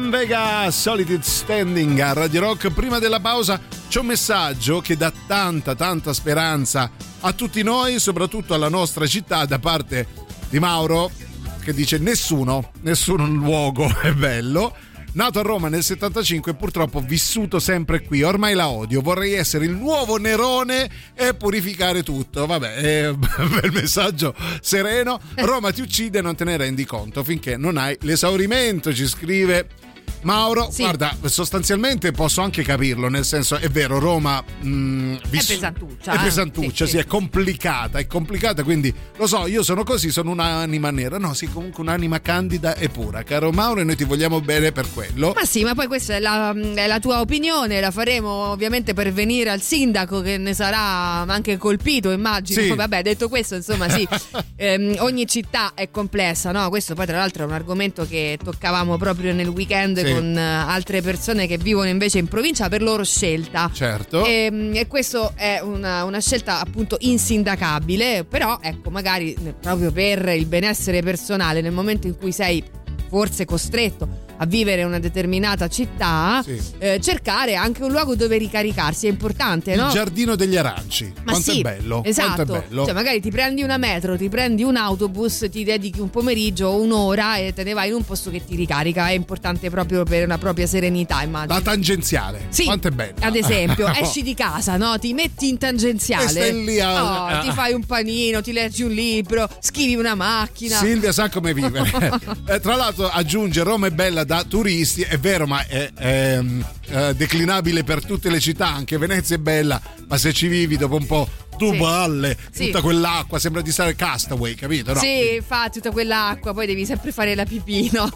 Speaker 3: Sam Vega, Solitude Standing a Radio Rock. Prima della pausa c'è un messaggio che dà tanta tanta speranza a tutti noi, soprattutto alla nostra città, da parte di Mauro, che dice: nessuno, nessun luogo è bello. Nato a Roma nel settantacinque, purtroppo vissuto sempre qui, ormai la odio, vorrei essere il nuovo Nerone e purificare tutto. Vabbè, è un bel messaggio sereno. Roma ti uccide, non te ne rendi conto finché non hai l'esaurimento, ci scrive Mauro. Sì. Guarda, sostanzialmente posso anche capirlo, nel senso, è vero, Roma mh, viss-
Speaker 5: è pesantuccia,
Speaker 3: è pesantuccia,
Speaker 5: eh?
Speaker 3: sì,
Speaker 5: sì,
Speaker 3: è complicata, è complicata, quindi lo so, io sono così, sono un'anima nera, no, sì, comunque un'anima candida e pura, caro Mauro, e noi ti vogliamo bene per quello.
Speaker 5: Ma sì, ma poi questa è la, è la tua opinione, la faremo ovviamente per venire al sindaco, che ne sarà anche colpito, immagino.
Speaker 3: Sì.
Speaker 5: Vabbè, detto questo, insomma, sì, ehm, ogni città è complessa, no? Questo poi tra l'altro è un argomento che toccavamo proprio nel weekend, sì, con altre persone che vivono invece in provincia per loro scelta.
Speaker 3: Certo.
Speaker 5: E, e questo è una, una scelta appunto insindacabile, però ecco, magari proprio per il benessere personale, nel momento in cui sei forse costretto a vivere in una determinata città, sì, eh, cercare anche un luogo dove ricaricarsi è importante, no?
Speaker 3: Il giardino degli aranci.
Speaker 5: Ma
Speaker 3: quanto
Speaker 5: sì,
Speaker 3: è bello,
Speaker 5: esatto.
Speaker 3: quanto è bello.
Speaker 5: Cioè magari ti prendi una metro, ti prendi un autobus, ti dedichi un pomeriggio o un'ora e te ne vai in un posto che ti ricarica. È importante proprio per una propria serenità, immagino.
Speaker 3: La tangenziale,
Speaker 5: sì,
Speaker 3: quanto è bella.
Speaker 5: Ad esempio, esci di casa, no? Ti metti in tangenziale,
Speaker 3: e stai lì a...
Speaker 5: oh, ti fai un panino, ti leggi un libro, schivi una macchina.
Speaker 3: Silvia sa come vivere. eh, tra l'altro aggiunge: Roma è bella da turisti. È vero, ma è, è, è declinabile per tutte le città. Anche Venezia è bella, ma se ci vivi dopo un po' tu
Speaker 5: sì,
Speaker 3: balle,
Speaker 5: sì,
Speaker 3: tutta quell'acqua, sembra di stare Castaway, capito? No?
Speaker 5: Sì, fa tutta quell'acqua, poi devi sempre fare la pipì, no?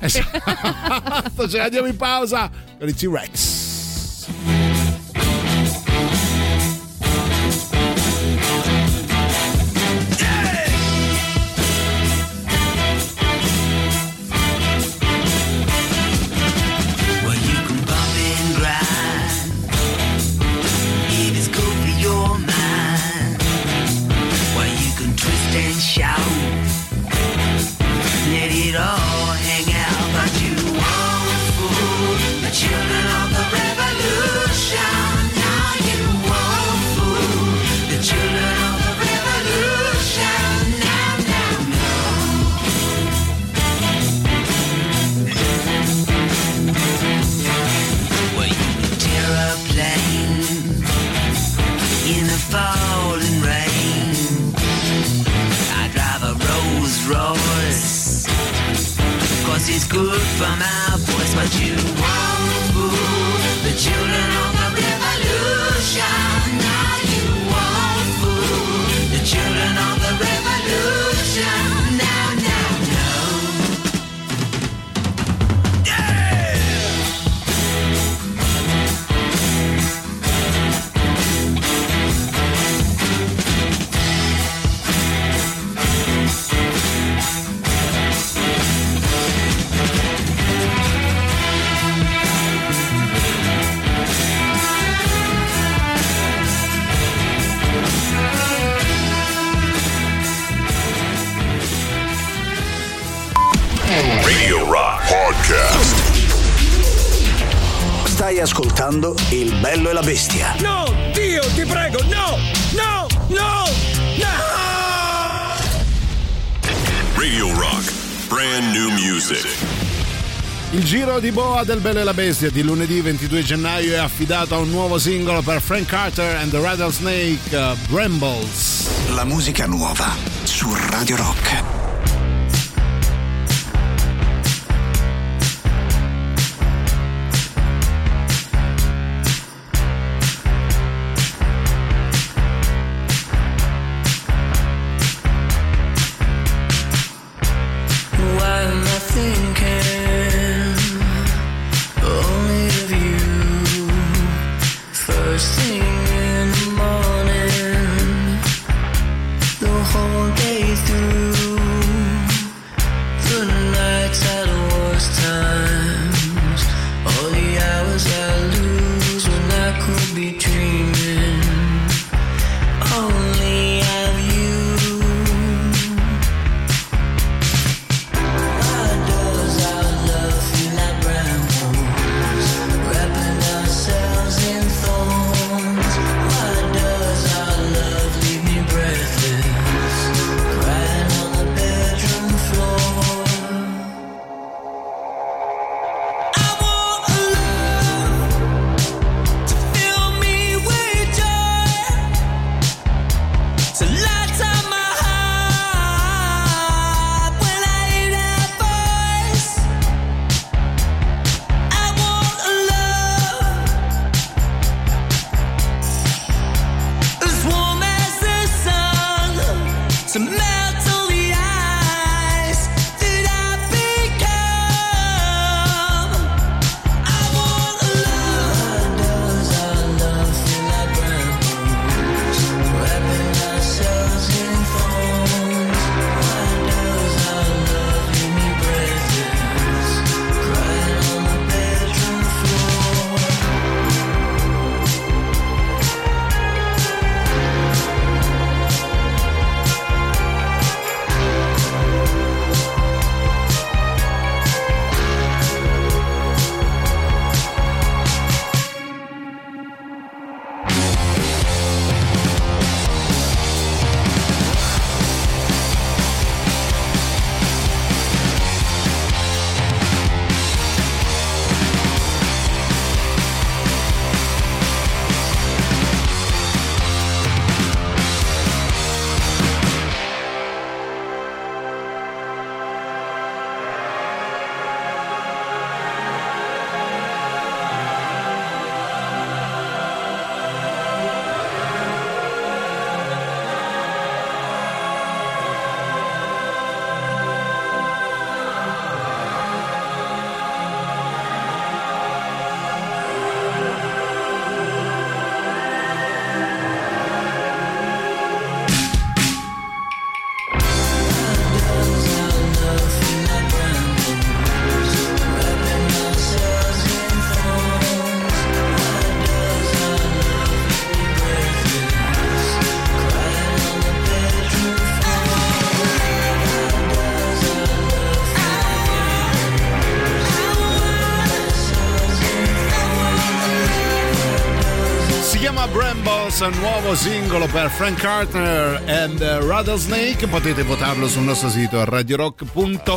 Speaker 3: Esatto. Cioè, andiamo in pausa con i T-Rex.
Speaker 6: Shout, let it all hang out, but you won't fool the children of the revolution. Now you won't fool the children of the revolution. Now, now, no. Well, you can tear a plane in the falling rain. Royce, cause it's good for my voice, but you won't fool the children of the revolution. Now you won't fool the children of the revolution. Now, now, no. Yeah!
Speaker 2: Radio Rock Podcast.
Speaker 1: Stai ascoltando Il Bello e la Bestia.
Speaker 6: No, Dio, ti prego, no, no, no, no!
Speaker 2: Radio Rock, brand new music.
Speaker 3: Il giro di boa del Bello e la Bestia di lunedì ventidue gennaio è affidato a un nuovo singolo per Frank Carter and the Rattlesnake, uh, Brambles.
Speaker 1: La musica nuova su Radio Rock.
Speaker 6: Whole day through So light up my heart when I hear that voice. I want a love as warm as the sun to melt all the ice that I become. I want a love. Why does our love feel like brambles, wrapping ourselves in thorns? Why does our love leave me breathless, crying on the bedroom floor?
Speaker 3: Si chiama Brambles, un nuovo singolo per Frank Carter and Rattlesnake. Potete votarlo sul nostro sito radio rock punto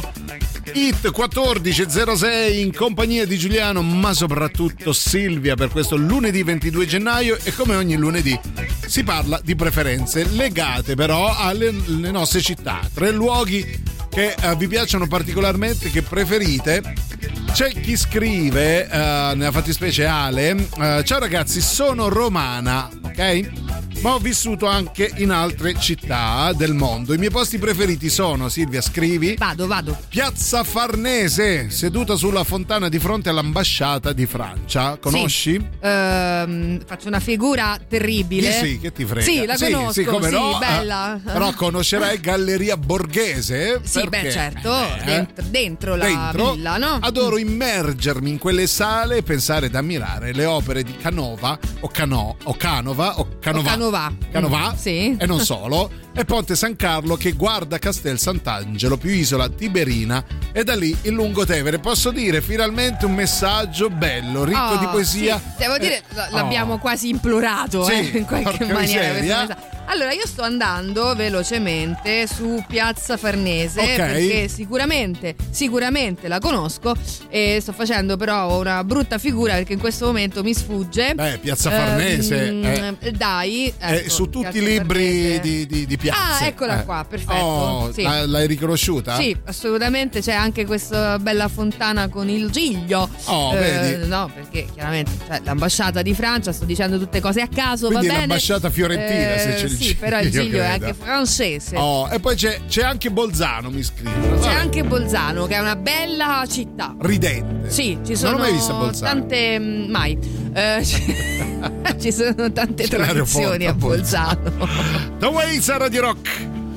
Speaker 3: it. quattordici e zero sei in compagnia di Giuliano, ma soprattutto Silvia, per questo lunedì ventidue gennaio, e come ogni lunedì si parla di preferenze legate però alle, alle nostre città. Tre luoghi che uh, vi piacciono particolarmente, che preferite. C'è chi scrive, uh, nella fattispecie Ale, uh, ciao ragazzi, sono romana, ok? Ma ho vissuto anche in altre città del mondo. I miei posti preferiti sono, Silvia, scrivi?
Speaker 5: Vado, vado.
Speaker 3: Piazza Farnese, seduta sulla fontana di fronte all'ambasciata di Francia. Conosci?
Speaker 5: Sì. Ehm, faccio una figura terribile.
Speaker 3: Sì, sì, che ti frega.
Speaker 5: Sì, la conosco,
Speaker 3: sì, come
Speaker 5: sì,
Speaker 3: no,
Speaker 5: bella.
Speaker 3: eh, però conoscerai Galleria Borghese?
Speaker 5: Sì,
Speaker 3: perché,
Speaker 5: beh, certo,
Speaker 3: eh,
Speaker 5: dentro, dentro la
Speaker 3: dentro,
Speaker 5: villa, no?
Speaker 3: Adoro immergermi in quelle sale e pensare ed ammirare le opere di Canova o Cano o Canova o Canova,
Speaker 5: O Canova.
Speaker 3: Canova
Speaker 5: Mm, sì.
Speaker 3: e non solo, e Ponte San Carlo che guarda Castel Sant'Angelo più isola Tiberina, e da lì il Lungotevere. Posso dire finalmente un messaggio bello, ricco
Speaker 5: Oh,
Speaker 3: di poesia.
Speaker 5: sì. Devo dire,
Speaker 3: Eh,
Speaker 5: l'abbiamo
Speaker 3: oh.
Speaker 5: quasi implorato,
Speaker 3: Sì,
Speaker 5: eh, in qualche
Speaker 3: porca
Speaker 5: maniera.
Speaker 3: miseria.
Speaker 5: questo messaggio. Allora, io sto andando velocemente su Piazza Farnese,
Speaker 3: Ok.
Speaker 5: perché sicuramente, sicuramente la conosco, e sto facendo però una brutta figura perché in questo momento mi sfugge.
Speaker 3: Beh, Piazza Farnese,
Speaker 5: Ehm, Dai,
Speaker 3: Eh,
Speaker 5: ecco,
Speaker 3: su tutti
Speaker 5: Piazza
Speaker 3: i libri
Speaker 5: Farnese.
Speaker 3: di, di, di piazze.
Speaker 5: Ah, eccola
Speaker 3: Eh.
Speaker 5: qua, perfetto.
Speaker 3: Oh,
Speaker 5: Sì.
Speaker 3: la- l'hai riconosciuta?
Speaker 5: Sì, assolutamente. C'è anche questa bella fontana con il Giglio.
Speaker 3: Oh,
Speaker 5: Eh,
Speaker 3: vedi?
Speaker 5: No, perché chiaramente cioè, l'ambasciata di Francia, sto dicendo tutte cose a caso,
Speaker 3: Quindi
Speaker 5: va bene.
Speaker 3: l'ambasciata fiorentina, se c'è il
Speaker 5: Sì,
Speaker 3: Giglio,
Speaker 5: però il Giglio è
Speaker 3: credo.
Speaker 5: anche francese.
Speaker 3: Oh, e poi c'è, c'è anche Bolzano, mi scrivono.
Speaker 5: C'è
Speaker 3: Vabbè.
Speaker 5: anche Bolzano, che è una bella città.
Speaker 3: Ridente.
Speaker 5: Sì, ci sono
Speaker 3: Non l'ho mai vista Bolzano.
Speaker 5: tante. mm, Mai. Eh, ci- ci sono tante
Speaker 3: C'è
Speaker 5: tradizioni
Speaker 3: l'aeroporto
Speaker 5: a
Speaker 3: a
Speaker 5: Bolzano.
Speaker 3: The Ways a Radio Rock.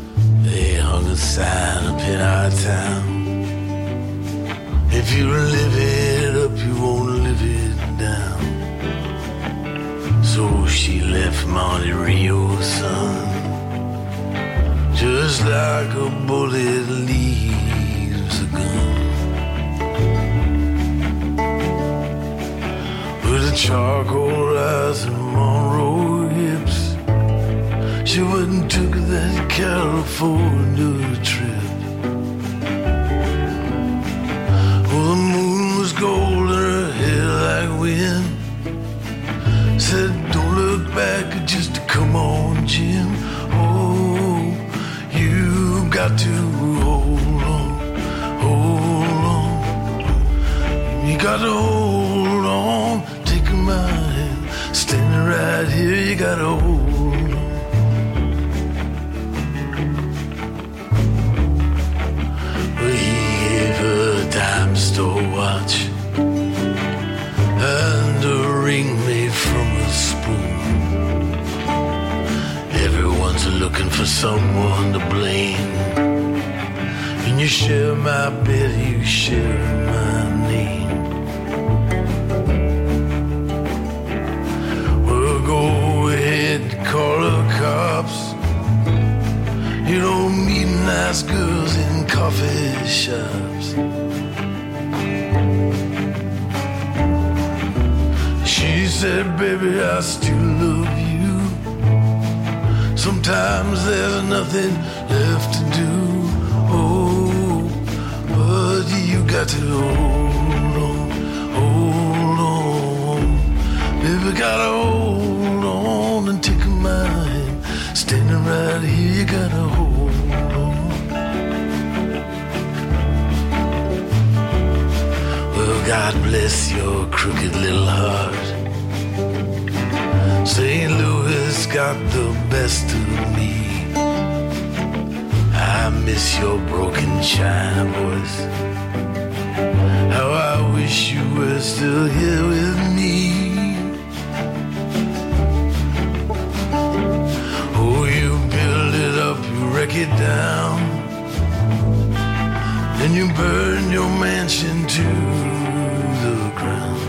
Speaker 9: They hung a sign up in our town. If you live it up, you won't live it down. So she left Monte Rio's son, just like a bullet leaves a gun. With a charcoal eyes and Monroe hips, she went and took that California trip. Well, the moon was gold and her hair like wind. Said, don't look back, just come on, Jim. Oh, got to hold on, hold on. You got to hold on, take my hand, standing right here, you got to hold on. Well, he gave her a dime store watch and a ring made from a spoon. Everyone's looking for someone to blame. And you share my bed, you share my name. Well, go ahead, call the cops. You don't meet nice girls in coffee shops. She said, baby, I still love you. Sometimes there's nothing left to do. Oh, but you got to hold on, hold on. Baby, gotta hold on and take my hand. Standing right here, you gotta hold on. Well, God bless your crooked little heart. Saint Louis got the best of me. I miss your broken China voice. How I wish you were still here with me. Oh, you build it up, you wreck it down, then you burn your mansion to the ground.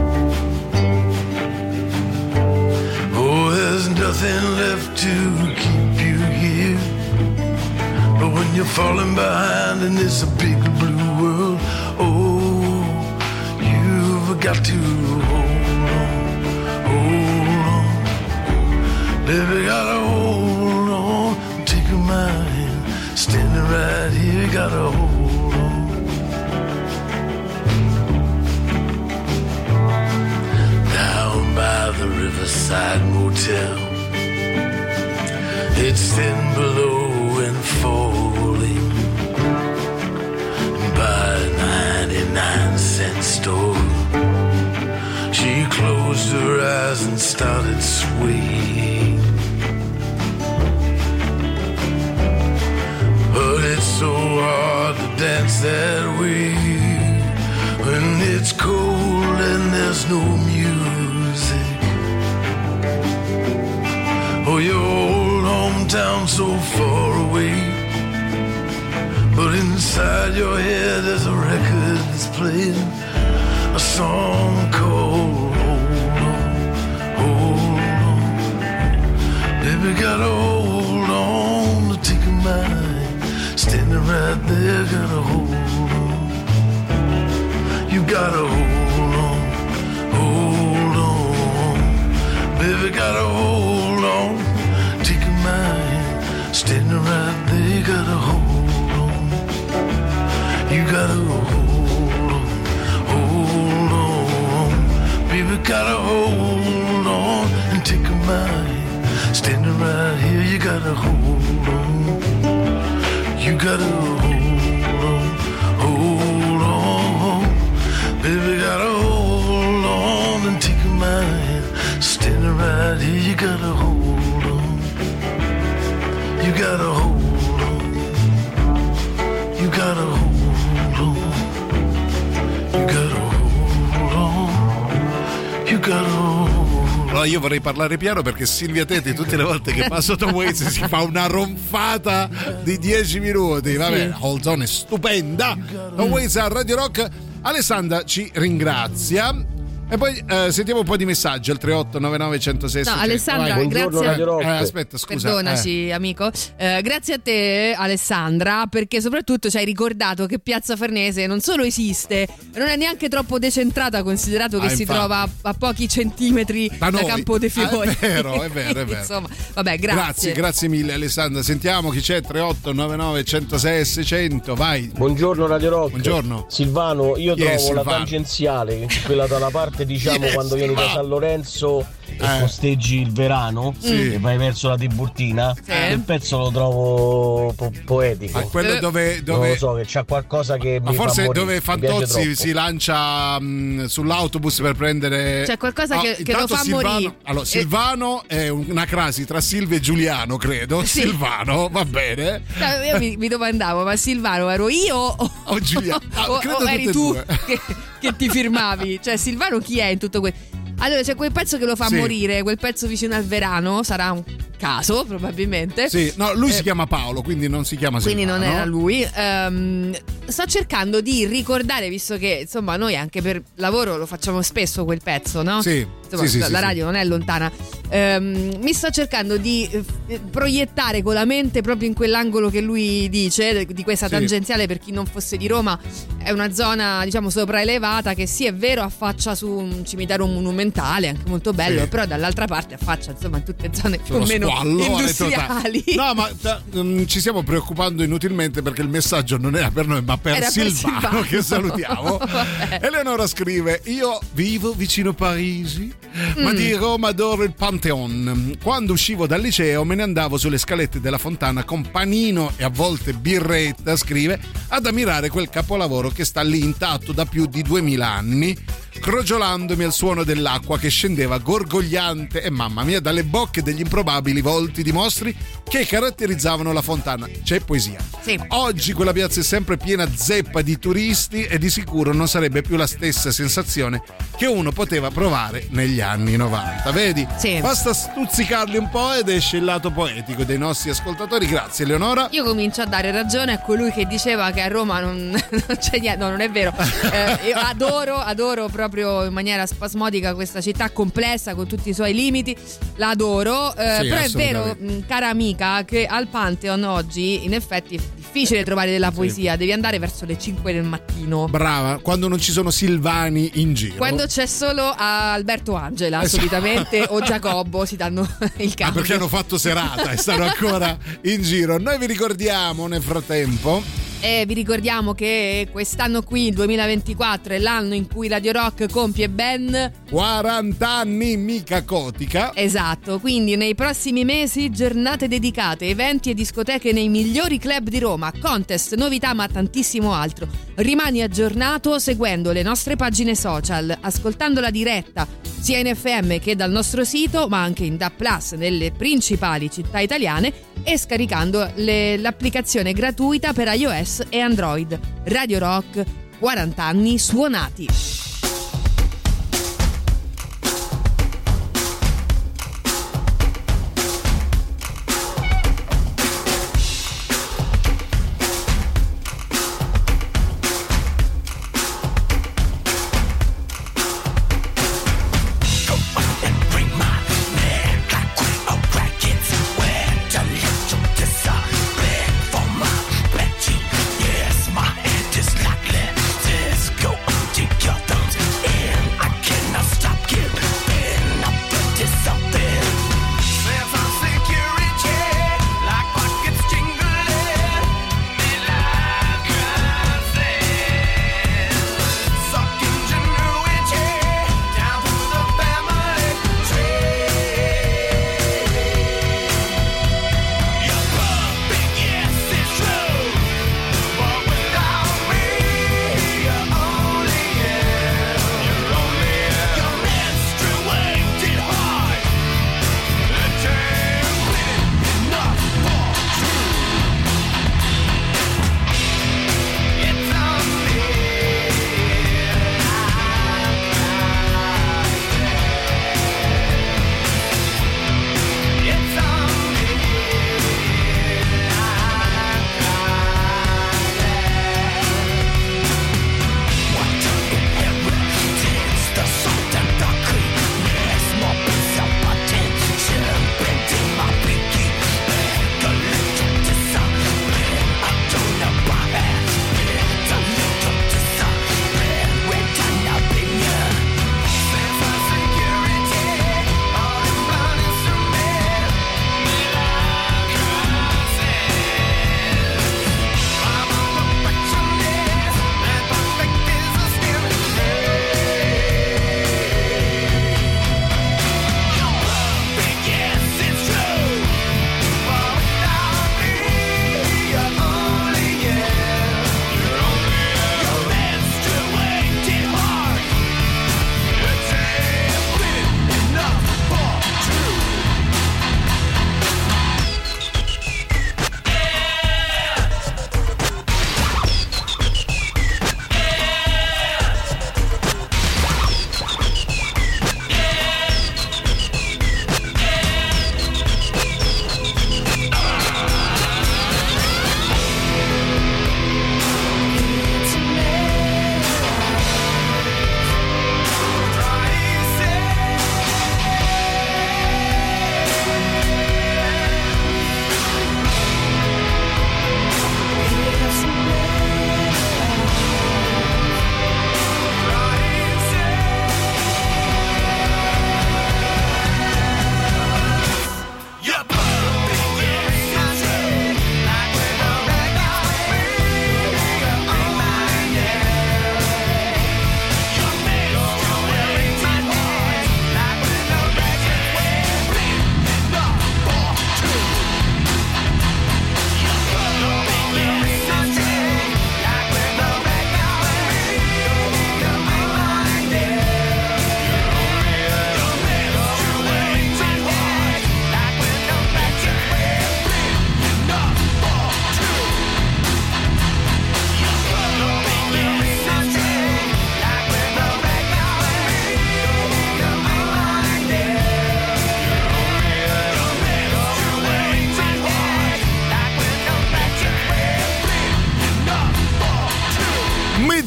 Speaker 9: There's nothing left to keep you here. But when you're falling behind in this big blue world, oh, you've got to hold on, hold on. Baby, gotta hold on, take my hand, standing right here, gotta hold on. Down by the Riverside Motel, it's thin below and falling. By a ninety-nine cent store, she closed her eyes and started swaying. But it's so hard to dance that way when it's cold and there's no music. Oh, your old hometown so far away, but inside your head there's a record that's playing a song called Hold On, Hold On. Baby, gotta hold on to take my hand, standing right there, gotta hold on. You gotta hold on, hold on. Baby, gotta hold on, take my hand, standing right there, gotta hold on. You gotta hold on, hold on. Baby, gotta hold on and take my hand, standing right here, you gotta hold on. You gotta hold on, hold on. Baby, gotta hold on and take my hand, standing right here, you gotta hold on. You gotta hold on. You gotta hold on. You gotta hold on. You gotta hold on.
Speaker 3: Allora io vorrei parlare piano perché Silvia Tetti tutte le volte che passa Tom Waits si fa una ronfata di dieci minuti. Vabbè, sì. Hold on è stupenda. Tom Waits a Radio Rock. Alessandra ci ringrazia. E poi eh, sentiamo un po' di messaggi al tre otto nove nove uno zero sei.
Speaker 5: No, Alessandra,
Speaker 3: vai.
Speaker 5: grazie.
Speaker 3: Eh, aspetta, scusa.
Speaker 5: Perdonaci, eh. amico. Eh, grazie a te, Alessandra, perché soprattutto ci hai ricordato che Piazza Farnese non solo esiste, non è neanche troppo decentrata, considerato che ah, si trova a, a pochi centimetri da, da Campo dei Fiori.
Speaker 3: Ah, è vero, è vero, è vero.
Speaker 5: Insomma, vabbè, grazie.
Speaker 3: Grazie, grazie mille, Alessandra. Sentiamo chi c'è. tre otto nove nove uno zero sei seicento. Vai.
Speaker 10: Buongiorno Radio Rock.
Speaker 3: Buongiorno.
Speaker 10: Silvano, io
Speaker 3: Chi
Speaker 10: trovo la tangenziale, quella dalla parte solitamente diciamo quando vieni da San Lorenzo e
Speaker 3: Eh.
Speaker 10: posteggi il Verano
Speaker 3: Sì.
Speaker 10: e vai verso la Tiburtina,
Speaker 5: Sì.
Speaker 10: il pezzo lo trovo po- poetico.
Speaker 3: Ma quello
Speaker 5: Eh.
Speaker 3: dove,
Speaker 10: Non
Speaker 3: dove
Speaker 10: lo so, che c'ha qualcosa che
Speaker 3: ma
Speaker 10: mi
Speaker 3: forse
Speaker 10: fa morire,
Speaker 3: dove
Speaker 10: mi piace
Speaker 3: Fantozzi
Speaker 10: troppo.
Speaker 3: si lancia mh, sull'autobus per prendere
Speaker 5: C'è qualcosa che- che
Speaker 3: intanto
Speaker 5: lo fa
Speaker 3: Silvano,
Speaker 5: morire.
Speaker 3: allora
Speaker 5: Eh.
Speaker 3: Silvano è una crasi tra Silvio e Giuliano, credo.
Speaker 5: Sì.
Speaker 3: Silvano, va bene.
Speaker 5: Cioè, io mi, mi domandavo, ma Silvano ero io o,
Speaker 3: O Giuliano. Ah,
Speaker 5: o-
Speaker 3: credo
Speaker 5: o eri
Speaker 3: tutte e
Speaker 5: tu
Speaker 3: due.
Speaker 5: che, che ti firmavi? Cioè Silvano chi è in tutto questo? Allora c'è quel pezzo che lo fa
Speaker 3: Sì.
Speaker 5: morire, quel pezzo vicino al Verano, sarà un caso probabilmente.
Speaker 3: Sì, no, lui
Speaker 5: Eh,
Speaker 3: si chiama Paolo, quindi non si chiama
Speaker 5: Quindi
Speaker 3: Silvano.
Speaker 5: non era lui. Ehm, sto cercando di ricordare, visto che insomma noi anche per lavoro lo facciamo spesso quel pezzo, no?
Speaker 3: Sì,
Speaker 5: Insomma,
Speaker 3: sì, sì,
Speaker 5: la,
Speaker 3: sì,
Speaker 5: la
Speaker 3: sì.
Speaker 5: radio non è lontana. Ehm, mi sto cercando di eh, proiettare con la mente proprio in quell'angolo che lui dice, di questa
Speaker 3: Sì.
Speaker 5: tangenziale. Per chi non fosse di Roma, è una zona diciamo sopraelevata che sì è vero affaccia su un cimitero monumentale anche molto bello,
Speaker 3: Sì.
Speaker 5: però dall'altra parte affaccia insomma in tutte zone più o
Speaker 3: Sono
Speaker 5: meno
Speaker 3: squallo, è
Speaker 5: industriali.
Speaker 3: totale. No, ma ta- mm, ci stiamo preoccupando inutilmente perché il messaggio non era per noi, ma per
Speaker 5: Era per
Speaker 3: Silvano,
Speaker 5: Silvano.
Speaker 3: che salutiamo.
Speaker 5: Vabbè.
Speaker 3: Eleonora scrive: io vivo vicino Parigi, ma
Speaker 5: Mm.
Speaker 3: di Roma adoro il Pantheon. Quando uscivo dal liceo me ne andavo sulle scalette della fontana con panino e a volte birretta, scrive, ad ammirare quel capolavoro che sta lì intatto da più di duemila anni, crogiolandomi al suono dell'acqua che scendeva gorgogliante e mamma mia dalle bocche degli improbabili volti di mostri che caratterizzavano la fontana. C'è poesia.
Speaker 5: Sì.
Speaker 3: Oggi quella piazza è sempre piena zeppa di turisti e di sicuro non sarebbe più la stessa sensazione che uno poteva provare negli anni novanta. Vedi?
Speaker 5: Sì.
Speaker 3: Basta stuzzicarli un po' ed esce il lato poetico dei nostri ascoltatori. Grazie Eleonora.
Speaker 5: Io comincio a dare ragione a colui che diceva che a Roma non, non c'è niente. No, non è vero. Eh, io adoro, adoro proprio in maniera spasmodica questa città complessa con tutti i suoi limiti. La adoro. Eh,
Speaker 3: Sì,
Speaker 5: però è vero,
Speaker 3: assolutamente.
Speaker 5: mh, cara amica, che al Pantheon oggi in effetti è difficile trovare della poesia. Devi andare verso le cinque del mattino.
Speaker 3: Brava, quando non ci sono Silvani in giro.
Speaker 5: Quando c'è solo Alberto Angela,
Speaker 3: Esatto.
Speaker 5: solitamente, o Giacobbo, si danno il
Speaker 3: Ah,
Speaker 5: cambio.
Speaker 3: perché hanno fatto serata e stanno ancora in giro. Noi vi ricordiamo nel frattempo.
Speaker 5: E vi ricordiamo che quest'anno qui, il duemilaventiquattro, è l'anno in cui Radio Rock compie ben
Speaker 3: quaranta anni, mica cotica.
Speaker 5: esatto, quindi nei prossimi mesi giornate dedicate, eventi e discoteche nei migliori club di Roma, contest, novità ma tantissimo altro. Rimani aggiornato seguendo le nostre pagine social, ascoltando la diretta sia in F M che dal nostro sito, ma anche in D A B plus nelle principali città italiane e scaricando le- l'applicazione gratuita per iOS e Android. Radio Rock, quaranta anni suonati.
Speaker 6: Yes, my hand is like lettuce. Go together.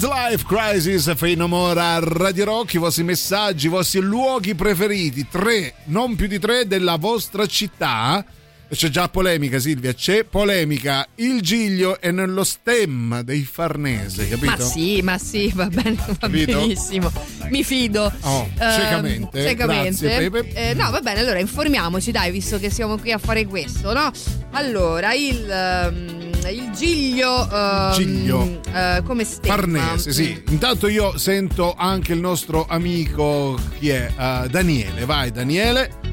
Speaker 3: Midlife Crisis, Fade No More a Radio Rock. I vostri messaggi, i vostri luoghi preferiti, tre, non più di tre, della vostra città. C'è già polemica, Silvia, c'è polemica. Il Giglio è nello stemma dei Farnese, capito?
Speaker 5: Ma sì, ma sì, va bene, va
Speaker 3: Capito?
Speaker 5: benissimo. Mi fido.
Speaker 3: Oh, ciecamente.
Speaker 5: Ehm, ciecamente.
Speaker 3: Grazie, Pepe.
Speaker 5: Eh, no, va bene, allora informiamoci, dai, visto che siamo qui a fare questo, no? Allora, il, ehm, il Giglio, ehm,
Speaker 3: Giglio.
Speaker 5: eh, come stemma?
Speaker 3: Farnese, sì. Intanto io sento anche il nostro amico, chi è? Uh, Daniele, vai Daniele.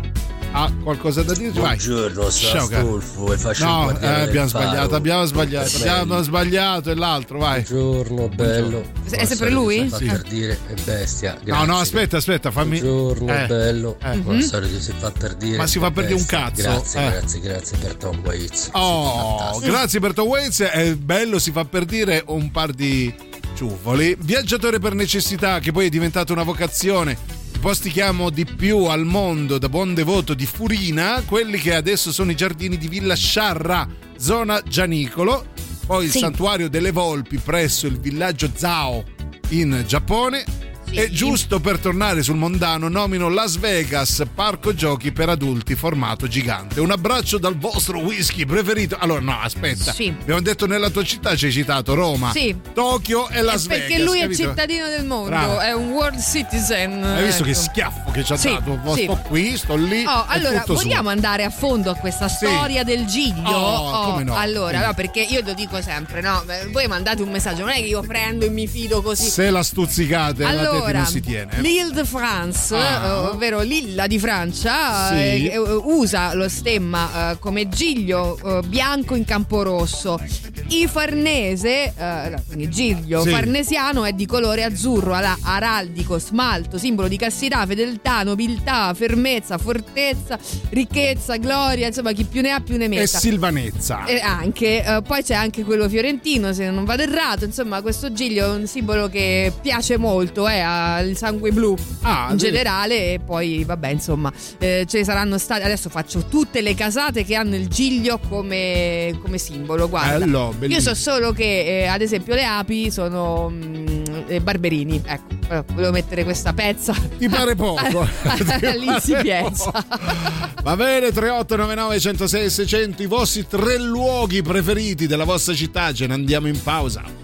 Speaker 3: Ha qualcosa da dirci? Vai.
Speaker 11: Buongiorno, sono Astolfo e faccio
Speaker 3: No,
Speaker 11: il
Speaker 3: eh, abbiamo sbagliato, abbiamo sbagliato,
Speaker 11: Bello.
Speaker 3: abbiamo sbagliato e l'altro, vai.
Speaker 11: Buongiorno, bello.
Speaker 5: È sempre lui?
Speaker 11: Fa
Speaker 3: Sì.
Speaker 11: per dire è bestia.
Speaker 3: No,
Speaker 11: Grazie.
Speaker 3: no, aspetta, aspetta, fammi.
Speaker 11: Buongiorno,
Speaker 3: Eh,
Speaker 11: bello.
Speaker 3: eh.
Speaker 11: Buona storia che si fa per dire.
Speaker 3: Ma si fa
Speaker 11: è
Speaker 3: per dire un
Speaker 11: bestia.
Speaker 3: cazzo.
Speaker 11: Grazie,
Speaker 3: Eh.
Speaker 11: grazie, grazie per Tom Waits.
Speaker 3: Oh,
Speaker 11: Fantastico.
Speaker 3: grazie per Tom Waits, è bello, si fa per dire un par di ciuffoli. Viaggiatore per necessità, che poi è diventata una vocazione. I posti che amo di più al mondo da buon devoto di Furina, quelli che adesso sono i giardini di Villa Sciarra, zona Gianicolo, poi il
Speaker 5: Sì.
Speaker 3: santuario delle volpi presso il villaggio Zao in Giappone. E giusto per tornare sul mondano nomino Las Vegas, parco giochi per adulti formato gigante. Un abbraccio dal vostro whisky preferito. Allora no, aspetta,
Speaker 5: Sì.
Speaker 3: abbiamo detto nella tua città ci hai citato Roma,
Speaker 5: Sì.
Speaker 3: Tokyo e Las Vegas.
Speaker 5: Perché lui è
Speaker 3: capito?
Speaker 5: cittadino del mondo,
Speaker 3: Bravo.
Speaker 5: è un world citizen.
Speaker 3: Hai visto
Speaker 5: ecco.
Speaker 3: che schiaffo che ci ha
Speaker 5: Sì,
Speaker 3: dato?
Speaker 5: sì.
Speaker 3: Sto qui, sto lì.
Speaker 5: Oh,
Speaker 3: è
Speaker 5: allora,
Speaker 3: tutto
Speaker 5: vogliamo
Speaker 3: suo.
Speaker 5: andare a fondo a questa
Speaker 3: Sì.
Speaker 5: storia del Giglio?
Speaker 3: Oh, come no?
Speaker 5: Allora,
Speaker 3: Sì.
Speaker 5: no, perché io lo dico sempre, no? Voi mandate un messaggio, non è che io prendo e mi fido così.
Speaker 3: Se la stuzzicate la teti
Speaker 5: Allora,
Speaker 3: non si tiene.
Speaker 5: l'Île de France,
Speaker 3: Ah.
Speaker 5: eh, ovvero l'Illa di Francia,
Speaker 3: Sì.
Speaker 5: eh, eh, usa lo stemma eh, come giglio eh, bianco in campo rosso. I farnese, eh, no, quindi giglio
Speaker 3: Sì.
Speaker 5: farnesiano, è di colore azzurro, ala- araldico, smalto, simbolo di castità, fedeltà, nobiltà, fermezza, fortezza, ricchezza, gloria, insomma chi più ne ha più ne
Speaker 3: E
Speaker 5: metta.
Speaker 3: silvanezza.
Speaker 5: E anche, eh, poi c'è anche quello fiorentino, se non vado errato, insomma questo giglio è un simbolo che piace molto, eh, al sangue blu
Speaker 3: Ah,
Speaker 5: in
Speaker 3: sì.
Speaker 5: generale, e poi vabbè insomma eh, ce ne saranno state, adesso faccio tutte le casate che hanno il giglio come, come simbolo, guarda.
Speaker 3: Bello,
Speaker 5: Io
Speaker 3: bellissimo.
Speaker 5: so solo che eh, ad esempio le api sono mm, eh, barberini, ecco, eh, volevo mettere questa pezza.
Speaker 3: Ti pare poco? Ti pare
Speaker 5: All'insipienza.
Speaker 3: Va bene, tre otto nove nove uno zero sei sei zero zero, i vostri tre luoghi preferiti della vostra città, ce ne andiamo in pausa.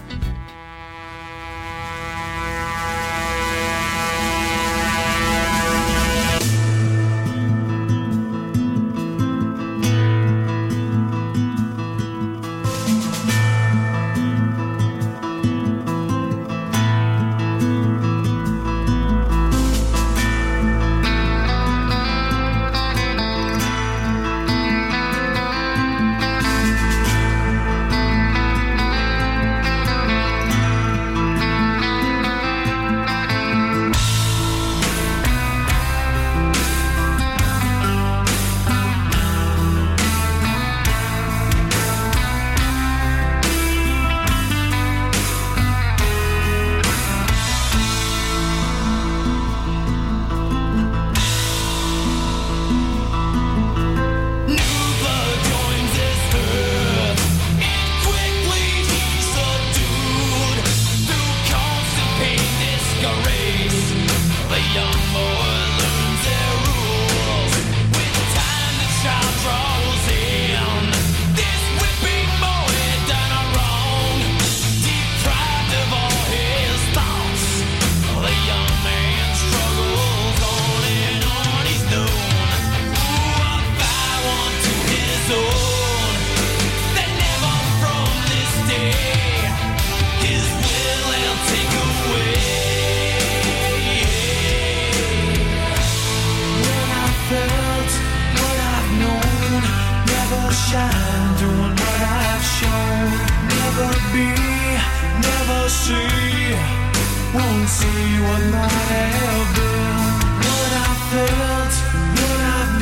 Speaker 6: Shine, doing what I've shown. Never be, never see. Won't see what might have been. What I felt, what I've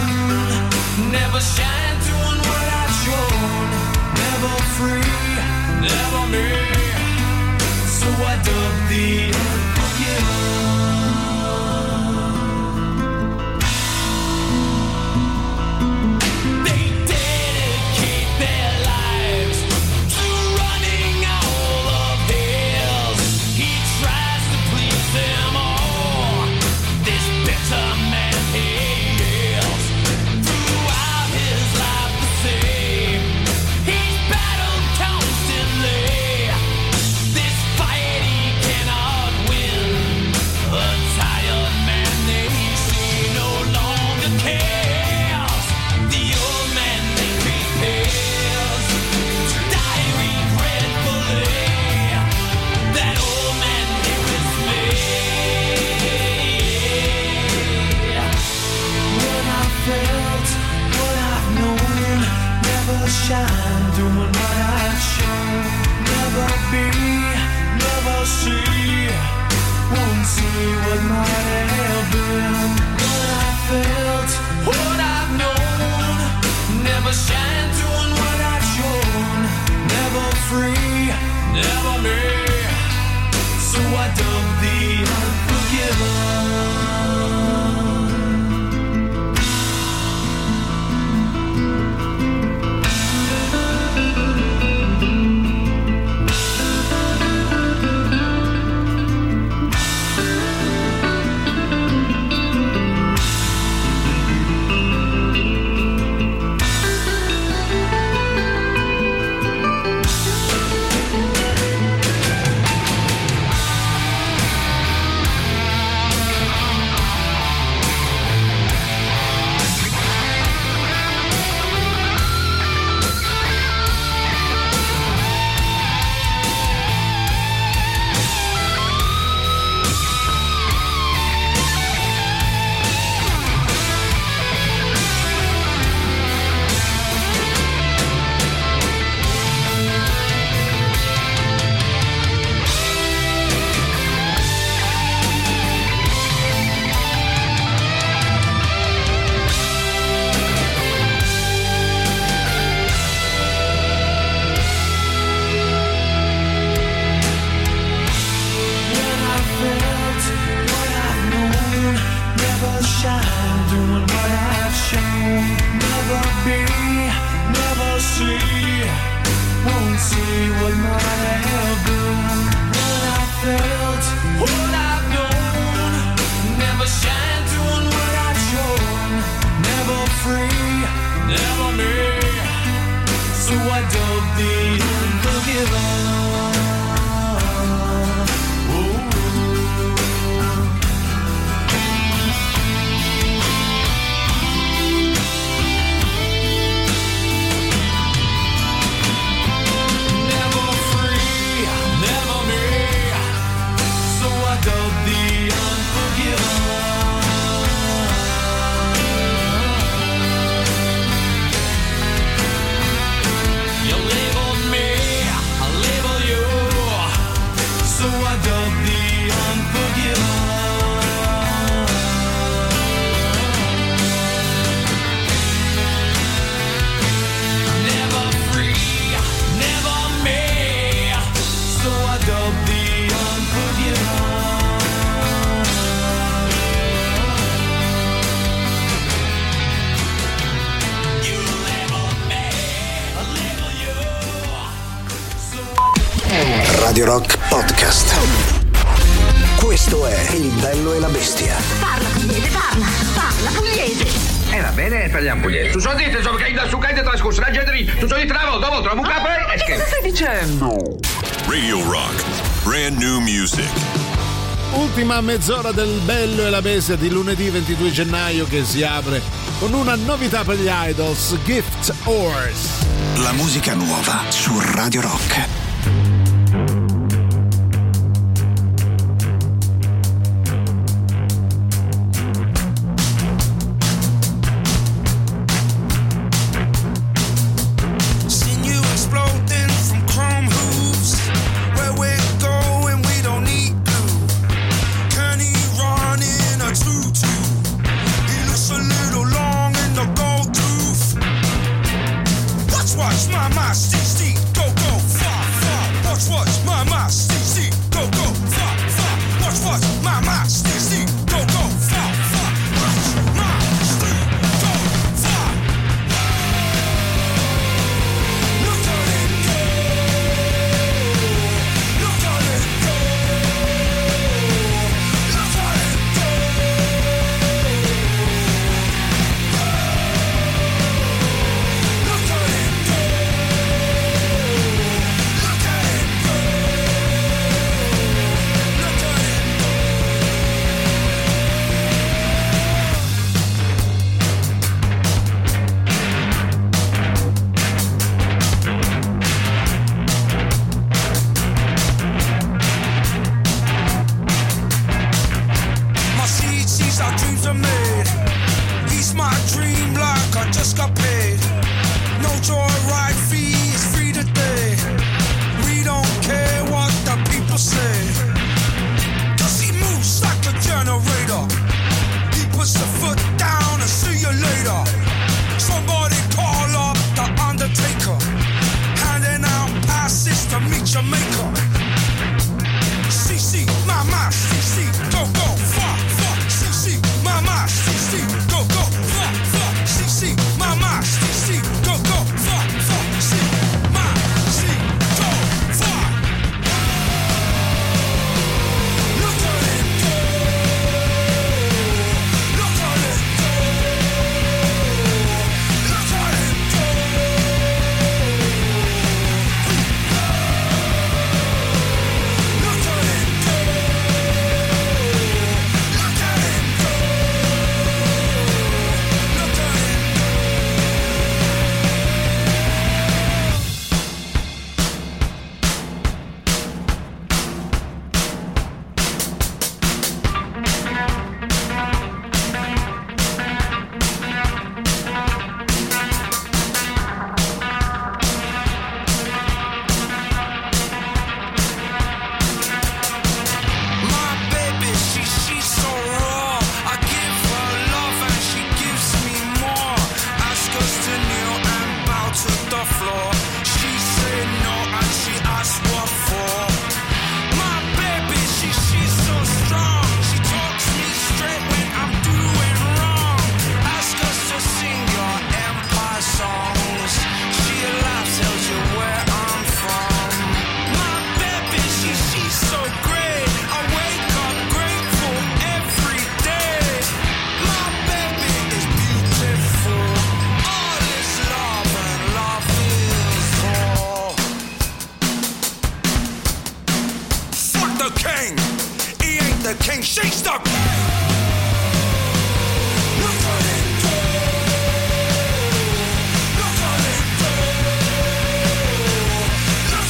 Speaker 6: known. Never shine, doing what I've shown. Never free, never me. So I dug the earth for you. Their lives to running all of hell. shine doing what I've shown. Never free, never me. So I dub the unforgiven.
Speaker 1: Radio Rock Podcast. Questo è Il Bello e la Bestia.
Speaker 12: Parla pugliese, parla, parla pugliese.
Speaker 13: Eh va bene, parliamo pugliese. Tu sono dite, insomma, che da su caide trascorso la gente lì. Tu sono di travo, dopo trovo un capo e
Speaker 12: che cosa stai dicendo?
Speaker 2: Radio Rock, brand new music.
Speaker 3: Ultima mezz'ora del Bello e la Bestia di lunedì ventidue gennaio che si apre con una novità per gli Idols, Gift Horse.
Speaker 1: La musica nuova su Radio Rock.
Speaker 6: Watch my my stick stick go go far far. Watch watch my my stick stick go go far far. Watch watch my my stick stick go go far far. Watch my stick go far. Look at it go. Look at it go. Look at it go. Look at it go. the floor. She said no and she asked what for. My baby, she, she's so strong. She talks me straight when I'm doing wrong. Ask us to sing your empire songs. She laughs, tells you where I'm from. My baby, she, she's so great. I wake up grateful every day. My baby is beautiful. All is love and love is all. Fuck the king. He ain't the king. She's the king. Look what it do. Look what it do. Look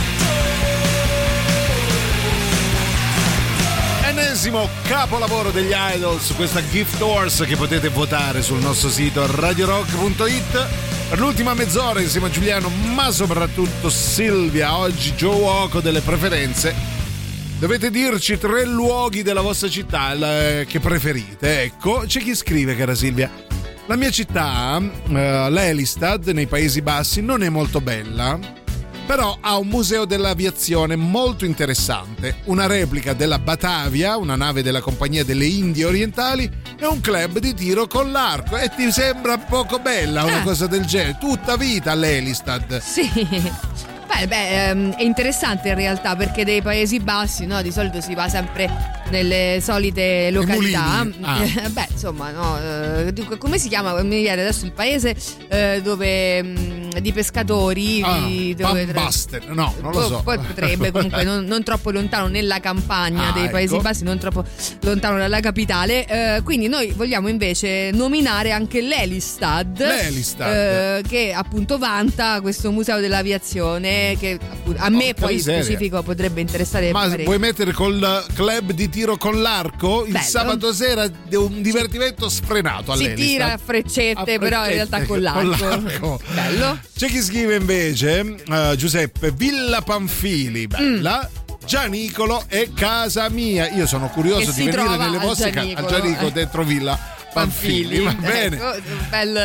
Speaker 6: what it do.
Speaker 3: Ennesimo capolavoro degli Idols, questa Gift Horse che potete votare sul nostro sito radio rock punto it. Per l'ultima mezz'ora insieme a Giuliano, ma soprattutto Silvia, oggi gioco delle preferenze. Dovete dirci tre luoghi della vostra città eh, che preferite. Ecco, c'è chi scrive, cara Silvia: la mia città, eh, l'Elistad, nei Paesi Bassi, non è molto bella, però ha un museo dell'aviazione molto interessante, una replica della Batavia, una nave della Compagnia delle Indie Orientali, e un club di tiro con l'arco. E ti sembra poco bella una
Speaker 5: Ah.
Speaker 3: cosa del genere? Tutta vita l'Elistad.
Speaker 5: Sì. Beh, beh, ehm, è interessante in realtà, perché dei Paesi Bassi, no, di solito si va sempre nelle solite località.
Speaker 3: mulini. Ah.
Speaker 5: Eh, beh, insomma, no, eh, dunque, come si chiama? Mi viene adesso il paese eh, dove mh, di pescatori
Speaker 3: Ah,
Speaker 5: di, dove,
Speaker 3: Pambaster, no, non lo
Speaker 5: Poi-
Speaker 3: so.
Speaker 5: Poi potrebbe, comunque non, non troppo lontano nella campagna
Speaker 3: Ah,
Speaker 5: dei Paesi
Speaker 3: ecco.
Speaker 5: Bassi, non troppo lontano dalla capitale. Eh, quindi noi vogliamo invece nominare anche l'Elistad,
Speaker 3: L'Elistad.
Speaker 5: eh, che appunto vanta questo museo dell'aviazione, che appunto, a me
Speaker 3: Porca
Speaker 5: poi
Speaker 3: miseria.
Speaker 5: specifico potrebbe interessare
Speaker 3: Ma
Speaker 5: parecchio.
Speaker 3: vuoi mettere col club di tiro con l'arco? Il
Speaker 5: Bello.
Speaker 3: sabato sera è un divertimento sfrenato
Speaker 5: Si
Speaker 3: all'Elistad.
Speaker 5: tira a freccette,
Speaker 3: A
Speaker 5: però in
Speaker 3: freccette,
Speaker 5: realtà con l'arco.
Speaker 3: l'arco.
Speaker 5: Bello.
Speaker 3: C'è chi scrive invece, eh, Giuseppe, Villa Panfili, bella.
Speaker 5: Mm.
Speaker 3: Gianicolo è casa mia. Io sono curioso
Speaker 5: Che
Speaker 3: di
Speaker 5: si
Speaker 3: venire
Speaker 5: trova
Speaker 3: nelle
Speaker 5: a
Speaker 3: vostre case. A
Speaker 5: Gianicolo,
Speaker 3: Gianicolo,
Speaker 5: eh.
Speaker 3: dentro Villa Panfili. Va bene.
Speaker 5: Ecco, un bel,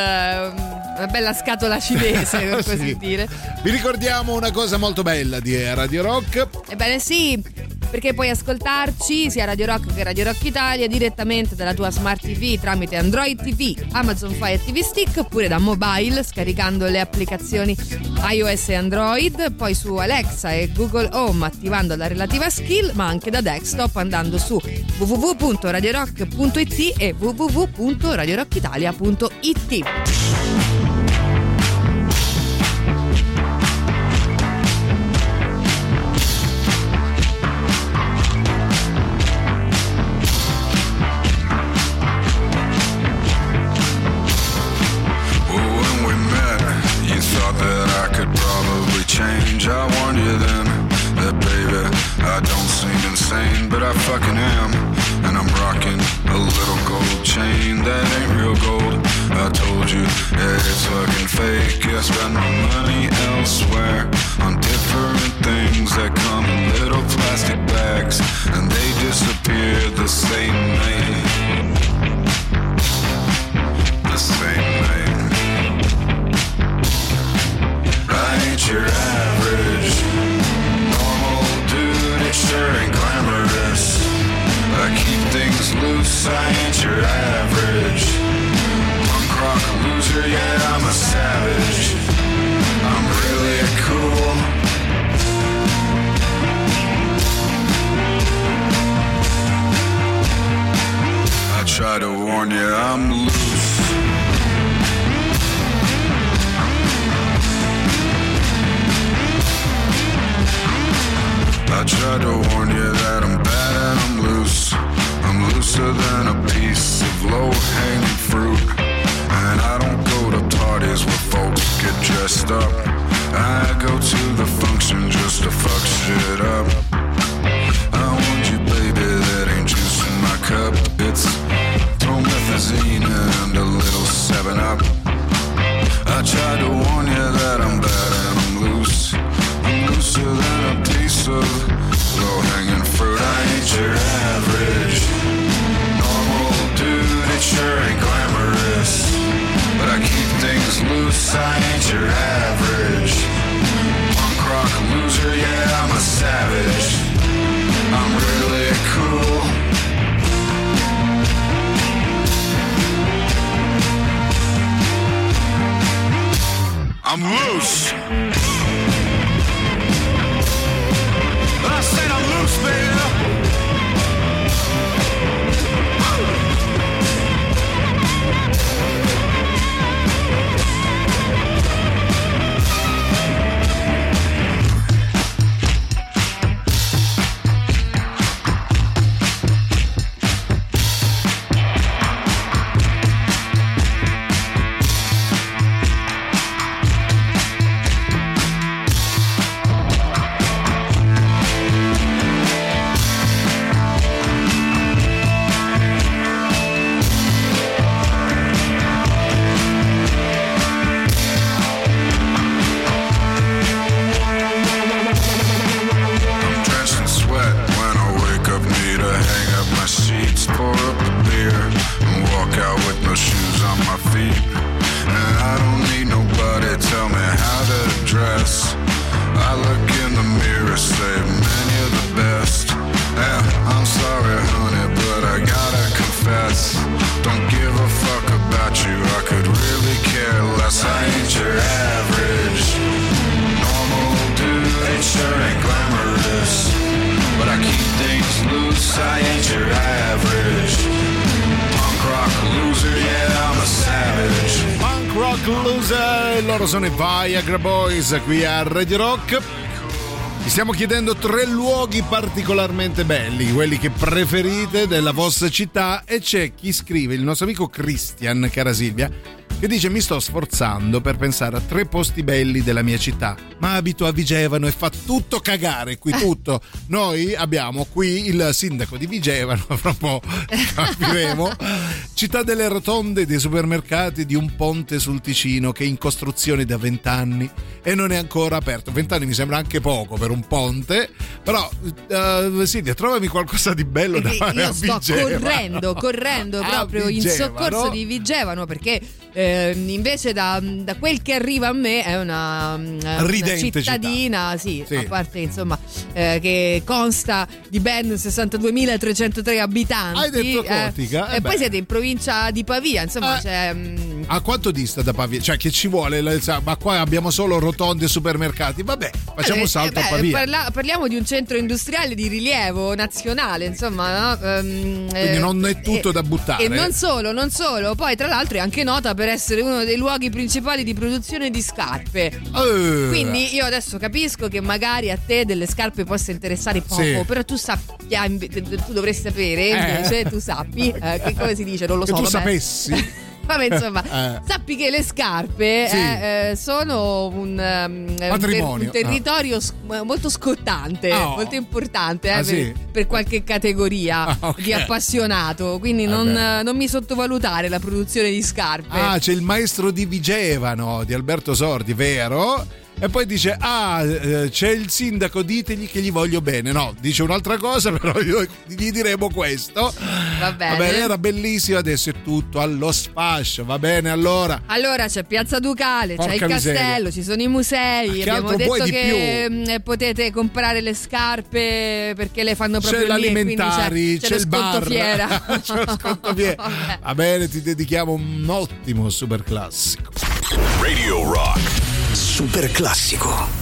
Speaker 5: una bella scatola cinese, per così
Speaker 3: Sì.
Speaker 5: dire.
Speaker 3: Vi ricordiamo una cosa molto bella di Radio Rock.
Speaker 5: Ebbene sì, perché puoi ascoltarci sia Radio Rock che Radio Rock Italia direttamente dalla tua Smart T V tramite Android T V, Amazon Fire T V Stick, oppure da mobile scaricando le applicazioni iOS e Android, poi su Alexa e Google Home attivando la relativa skill, ma anche da desktop andando su w w w punto radio rock punto it e w w w punto radio rock italia punto it.
Speaker 14: When we met, you thought that I could probably change. I warned you then that, baby, I don't seem insane, but I fucking am. And I'm rocking a little gold chain that ain't real gold. I told you that it's fucking fake. I spend my money elsewhere on different things that come in little plastic bags, and they disappear the same night. The same night. I ain't your average normal dude, it sure ain't glamorous. I keep things loose, I ain't your average punk rock loser, yeah, I'm a savage. I'm really cool. I try to warn you, I'm loose. I tried to warn you that I'm bad and I'm loose. I'm looser than a piece of low-hanging fruit. And I don't go to parties where folks get dressed up. I go to the function just to fuck shit up. I warned you, baby, that ain't juice in my cup. It's promethazine and a little seven up. I tried to warn you that I'm bad and I'm loose. I'm looser than a piece of low-hanging fruit. I ain't your average normal dude, it sure ain't glamorous, but I keep things loose. I ain't your average loser, yeah, I'm a savage. I'm really cool. I'm loose. I said I'm loose, baby.
Speaker 3: Sono i Viagra Boys qui a Radio Rock. Vi stiamo chiedendo tre luoghi particolarmente belli, quelli che preferite della vostra città, e c'è chi scrive, il nostro amico Christian, cara Silvia, che dice: mi sto sforzando per pensare a tre posti belli della mia città, ma abito a Vigevano e fa tutto cagare qui tutto. Noi abbiamo qui il sindaco di Vigevano, fra un po' capiremo, città delle rotonde, dei supermercati, di un ponte sul Ticino che è in costruzione da vent'anni e non è ancora aperto. Vent'anni mi sembra anche poco per un ponte, però uh, Silvia, trovami qualcosa di bello da fare a Vigevano.
Speaker 5: Io sto correndo, correndo proprio in soccorso di Vigevano, perché eh, invece da, da quel che arriva a me è una, una cittadina, città. Sì, sì, a parte insomma eh, che consta di ben sessantaduemilatrecentotre abitanti.
Speaker 3: Hai detto Cotica?
Speaker 5: Eh, e beh. Poi siete in provincia di Pavia, insomma, eh, c'è, mh...
Speaker 3: a quanto dista da Pavia? Cioè, che ci vuole? Ma qua abbiamo solo rotonde e supermercati. Vabbè, facciamo un salto
Speaker 5: eh, beh,
Speaker 3: a Pavia.
Speaker 5: Parla- parliamo di un centro industriale di rilievo nazionale, insomma, no? Um,
Speaker 3: Quindi
Speaker 5: eh,
Speaker 3: non è tutto
Speaker 5: eh,
Speaker 3: da buttare.
Speaker 5: E non solo, non solo. Poi, tra l'altro, è anche nota per essere uno dei luoghi principali di produzione di scarpe.
Speaker 3: Uh.
Speaker 5: Quindi io adesso capisco che magari a te delle scarpe possa interessare poco, sì. Però tu sappia, tu dovresti sapere, invece, eh. tu sappi, eh, che come si dice, non lo so.
Speaker 3: Che tu
Speaker 5: vabbè.
Speaker 3: sapessi.
Speaker 5: Vabbè, insomma, eh. sappi che le scarpe
Speaker 3: sì.
Speaker 5: eh, sono un, um,
Speaker 3: Patrimonio.
Speaker 5: un, ter- un territorio ah. sc- molto scottante, oh. molto importante eh,
Speaker 3: ah,
Speaker 5: per,
Speaker 3: sì?
Speaker 5: per qualche categoria
Speaker 3: ah, okay.
Speaker 5: di appassionato. Quindi non, non mi sottovalutare la produzione di scarpe.
Speaker 3: Ah, c'è il maestro di Vigevano di Alberto Sordi, vero? E poi dice: ah, c'è il sindaco, ditegli che gli voglio bene. No, dice un'altra cosa, però io gli diremo questo.
Speaker 5: Va bene.
Speaker 3: Va bene, era bellissimo, adesso è tutto allo sfascio. Va bene, allora.
Speaker 5: Allora c'è Piazza Ducale,
Speaker 3: Porca
Speaker 5: c'è il castello,
Speaker 3: miseria.
Speaker 5: ci sono i musei.
Speaker 3: Che
Speaker 5: abbiamo detto
Speaker 3: di
Speaker 5: che
Speaker 3: più?
Speaker 5: potete comprare le scarpe perché le fanno proprio
Speaker 3: c'è
Speaker 5: lì.
Speaker 3: l'alimentari,
Speaker 5: C'è,
Speaker 3: c'è,
Speaker 5: c'è
Speaker 3: il
Speaker 5: lo sconto
Speaker 3: bar.
Speaker 5: fiera.
Speaker 3: C'è lo sconto fiera. Va bene, ti dedichiamo un ottimo super classico.
Speaker 2: Radio Rock.
Speaker 1: Super classico.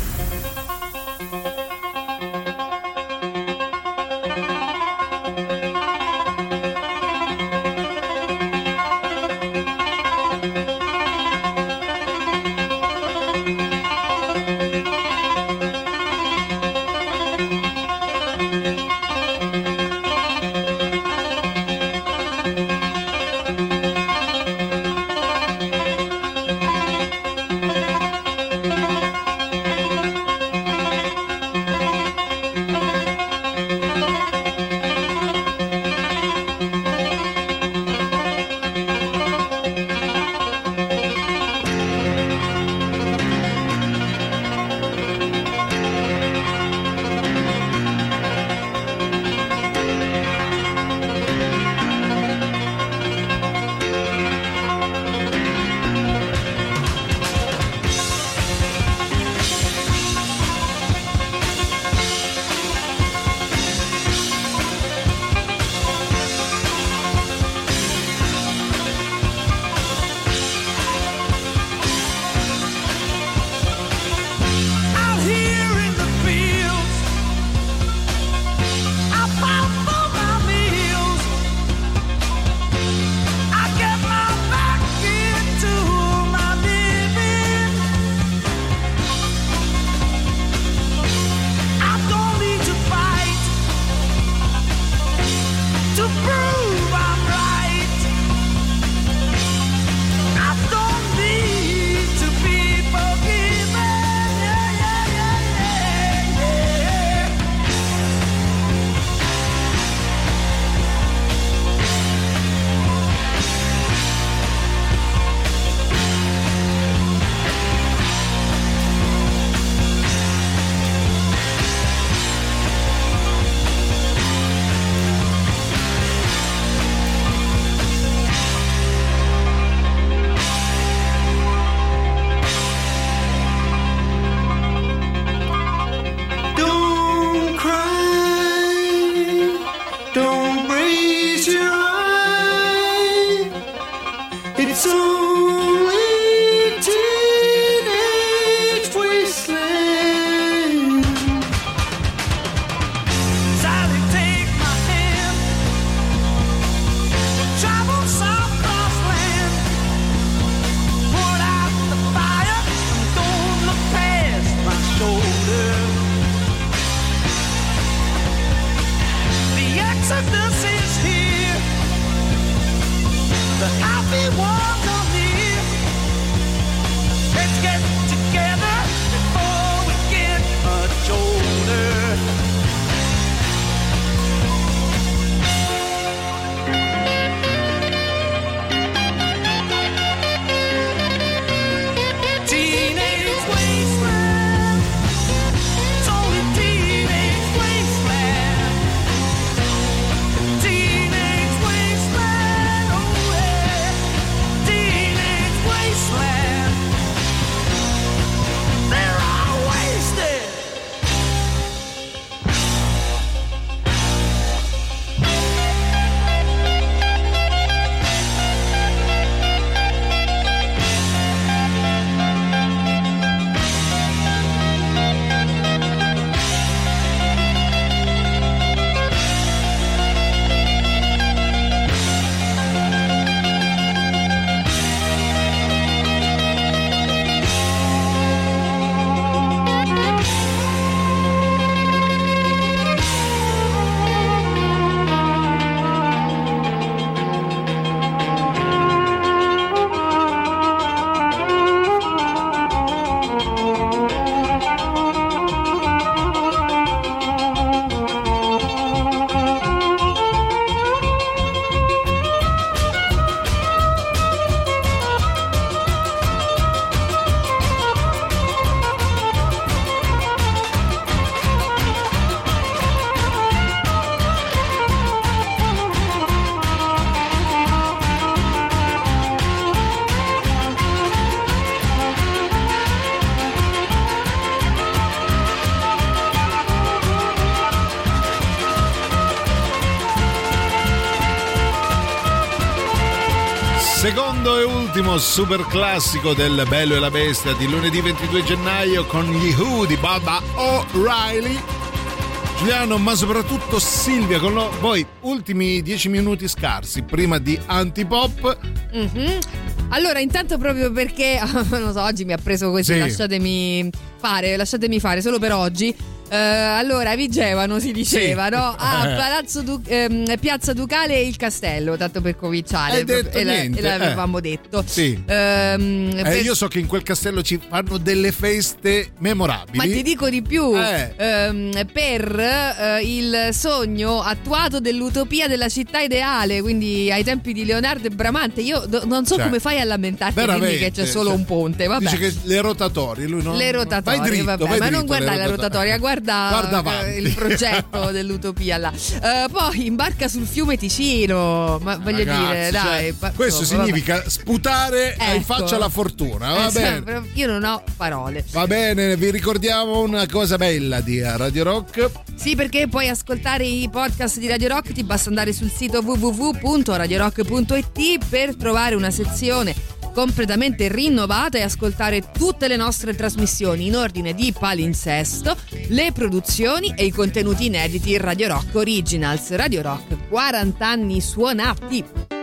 Speaker 3: secondo e ultimo super classico del Bello e la Bestia di lunedì ventidue gennaio con gli Who di Baba O'Reilly. Giuliano, ma soprattutto Silvia, con lo, voi ultimi dieci minuti scarsi prima di Antipop.
Speaker 5: Mm-hmm. Allora, intanto proprio perché non so, oggi mi ha preso così,
Speaker 3: sì.
Speaker 5: lasciatemi fare, lasciatemi fare solo per oggi. Uh, allora Vigevano si diceva,
Speaker 3: sì.
Speaker 5: no? Ah, Palazzo du- ehm, Piazza Ducale e il Castello, tanto per cominciare.
Speaker 3: Hai detto
Speaker 5: e, la,
Speaker 3: niente,
Speaker 5: e l'avevamo
Speaker 3: eh.
Speaker 5: detto.
Speaker 3: Sì.
Speaker 5: Um,
Speaker 3: eh,
Speaker 5: per...
Speaker 3: Io so che in quel castello ci fanno delle feste memorabili.
Speaker 5: Ma ti dico di più,
Speaker 3: eh.
Speaker 5: um, per uh, il sogno attuato dell'utopia della città ideale, quindi ai tempi di Leonardo e Bramante. Io do- non so
Speaker 3: cioè,
Speaker 5: come fai a lamentarti e dirmi che c'è solo
Speaker 3: cioè,
Speaker 5: un ponte. Vabbè.
Speaker 3: Dice che le rotatorie, lui non...
Speaker 5: Le rotatorie,
Speaker 3: vai dritto,
Speaker 5: vabbè,
Speaker 3: vai
Speaker 5: ma
Speaker 3: dritto,
Speaker 5: non guardare la rotatoria, guarda,
Speaker 3: guarda avanti.
Speaker 5: il progetto dell'utopia là. Uh, poi imbarca sul fiume Ticino, ma voglio
Speaker 3: Ragazzi,
Speaker 5: dire, dai.
Speaker 3: cioè,
Speaker 5: pa-
Speaker 3: questo
Speaker 5: insomma,
Speaker 3: significa
Speaker 5: vabbè.
Speaker 3: sputare
Speaker 5: Ecco.
Speaker 3: in faccia alla fortuna, va
Speaker 5: Eh,
Speaker 3: bene.
Speaker 5: Io non ho parole.
Speaker 3: Va bene, vi ricordiamo una cosa bella di Radio Rock.
Speaker 5: Sì, perché puoi ascoltare i podcast di Radio Rock, ti basta andare sul sito w w w punto radio rock punto i t per trovare una sezione completamente rinnovata e ascoltare tutte le nostre trasmissioni in ordine di palinsesto, le produzioni e i contenuti inediti Radio Rock Originals. Radio Rock, quaranta anni suonati.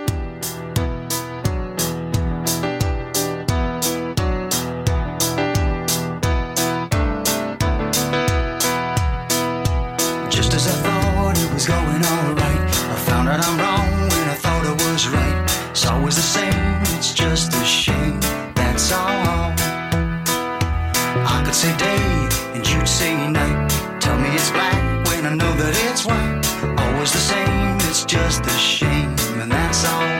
Speaker 15: Just as I thought it was going all right, I found out I'm wrong when I thought I was right. It's always the same, it's just a shame, that's all. I could say day and you'd say night. Tell me it's black when I know that it's white. Always the same, it's just a shame, and that's all.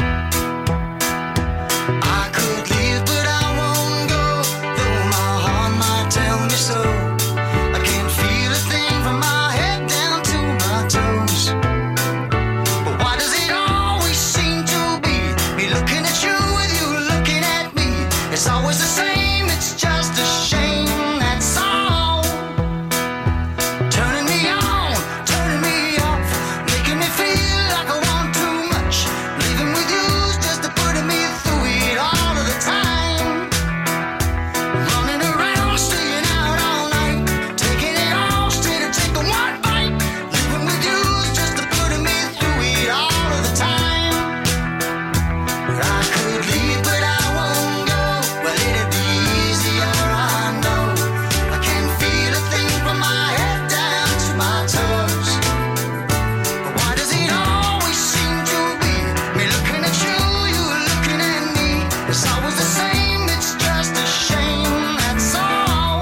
Speaker 15: I could leave but I won't go, though my heart might tell me so. I can't feel a thing from my head down to my toes. But why does it always seem to be me looking at you with you looking at me? It's always the same, it's just a shame, that's all. Turning me on, turning me off, making me feel like I want too much. Leaving with you's just putting me through it all of the time. Running around, staying out all night, taking it all straight to take the one bite. Leaving with you's just putting me through it all of the time. But I could leave, but I won't go. Well, it'd be easier, I know. I can't feel a thing from my head down to my toes. But why does it always seem to be me looking at you, you looking at me? It's always the same, it's just a shame, that's all.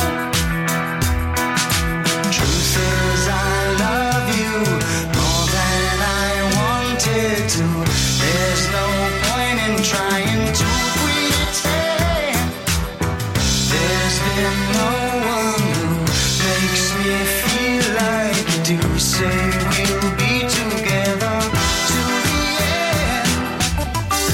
Speaker 15: Truth is I love you more than I wanted to. There's no point in trying to pretend. There's been no one who makes me feel like you do. Say we'll be together to the end.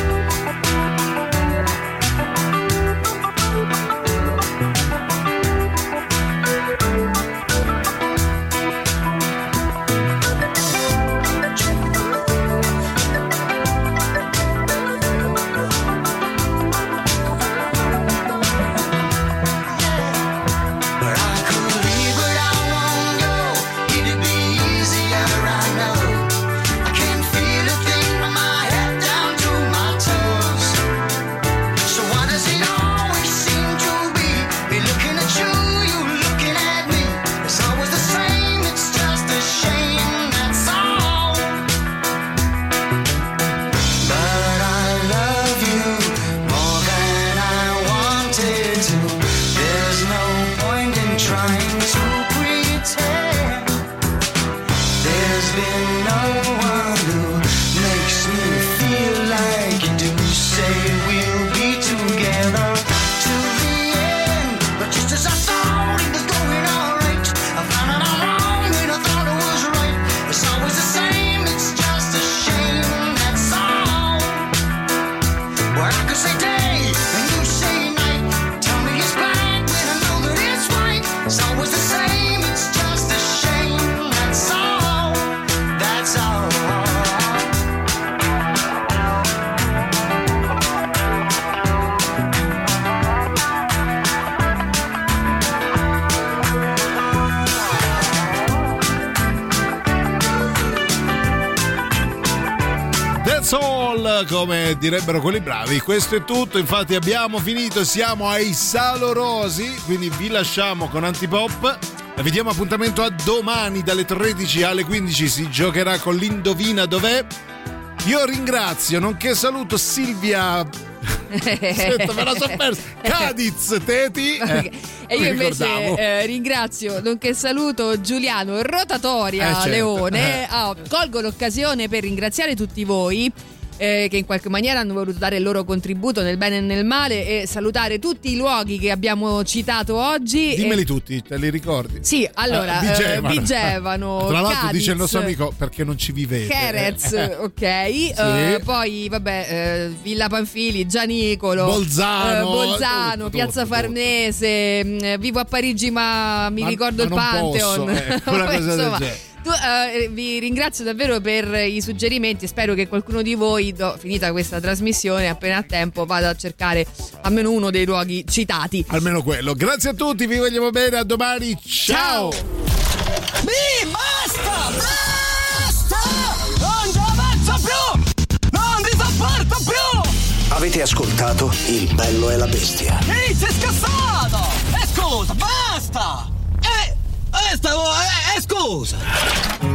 Speaker 3: come direbbero quelli bravi. Questo è tutto, infatti abbiamo finito, siamo ai Salorosi, quindi vi lasciamo con Antipop e vi diamo appuntamento a domani dalle tredici alle quindici, si giocherà con l'Indovina Dov'è. Io ringrazio, nonché saluto Silvia Senta, me la so persa. Cadiz Teti eh,
Speaker 5: e io invece eh, ringrazio, nonché saluto Giuliano Rotatoria
Speaker 3: eh, certo.
Speaker 5: Leone.
Speaker 3: eh.
Speaker 5: Ah, colgo l'occasione per ringraziare tutti voi Eh, che in qualche maniera hanno voluto dare il loro contributo nel bene e nel male, e salutare tutti i luoghi che abbiamo citato oggi.
Speaker 3: Dimmeli
Speaker 5: e...
Speaker 3: tutti, te li ricordi?
Speaker 5: Sì, allora,
Speaker 3: uh, Vigevano,
Speaker 5: eh, Vigevano
Speaker 3: tra l'altro
Speaker 5: Cadiz,
Speaker 3: dice il nostro amico perché non ci vivete.
Speaker 5: Jerez, ok,
Speaker 3: sì.
Speaker 5: uh, poi vabbè, uh, Villa Panfili, Gianicolo,
Speaker 3: Bolzano,
Speaker 5: uh, Bolzano
Speaker 3: tutto,
Speaker 5: Piazza
Speaker 3: tutto,
Speaker 5: Farnese, tutto. Vivo a Parigi ma mi
Speaker 3: ma,
Speaker 5: ricordo
Speaker 3: ma
Speaker 5: il Pantheon.
Speaker 3: Posso, eh, una cosa del genere.
Speaker 5: Tu, uh, vi ringrazio davvero per i suggerimenti. Spero che qualcuno di voi, do, finita questa trasmissione, appena a tempo, vada a cercare almeno uno dei luoghi citati.
Speaker 3: Almeno quello. Grazie a tutti, vi vogliamo bene. A domani. Ciao.
Speaker 6: Mi basta! Basta! Non ci avanzo più! Non ti sopporto più!
Speaker 1: Avete ascoltato Il Bello e la Bestia?
Speaker 6: Ehi, sei scassato! E eh, scusa, basta! Eh, eh, stavo, eh, eh scusa!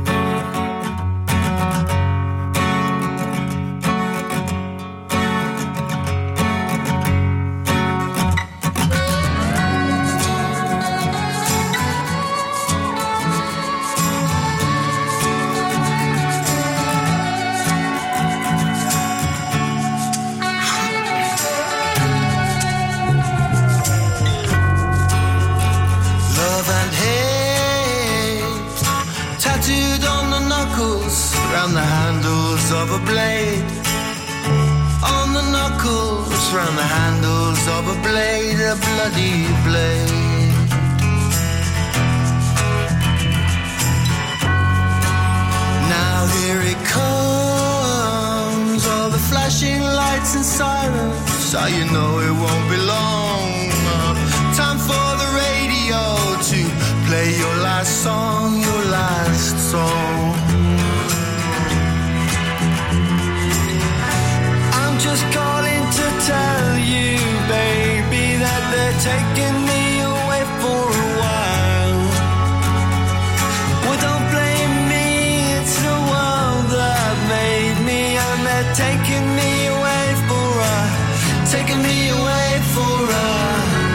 Speaker 15: Round the handles of a blade, on the knuckles, round the handles of a blade, a bloody blade. Now here it comes, all the flashing lights and sirens, so you know it won't be long. Time for the radio to play your last song, your last song. Just calling to tell you, baby, that they're taking me away for a while. Well, don't blame me, it's the world that made me, and they're taking me away for a, taking me away for a.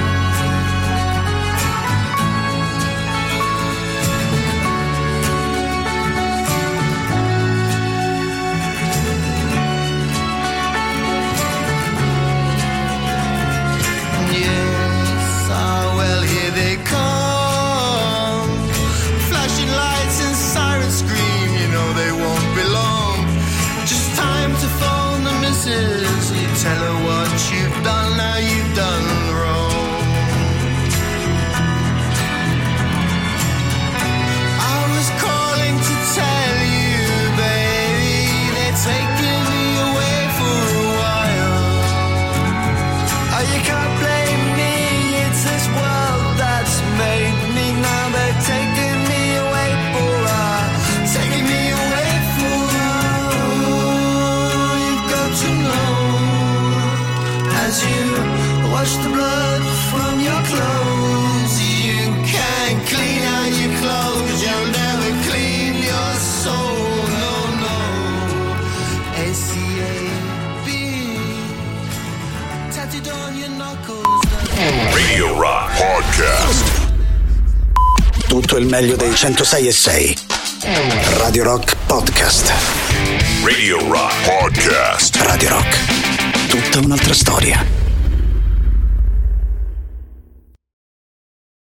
Speaker 15: You tell her what you've done, now you've done wrong. I was calling to tell you, baby, they're taking me away for a while. Oh, you can't blame me, it's this world that's made me. Now they're taking me away for a, taking me away for a. You've got to know, as you wash the blood from your clothes, you can't clean out your clothes, you'll never clean your soul, no, no. A C A B, tattooed on your knuckles.
Speaker 2: Radio Rock Podcast.
Speaker 1: Tutto il meglio dei centosei e sei. Radio Rock Podcast.
Speaker 2: Radio Rock Podcast.
Speaker 1: Radio Rock. Tutta un'altra storia.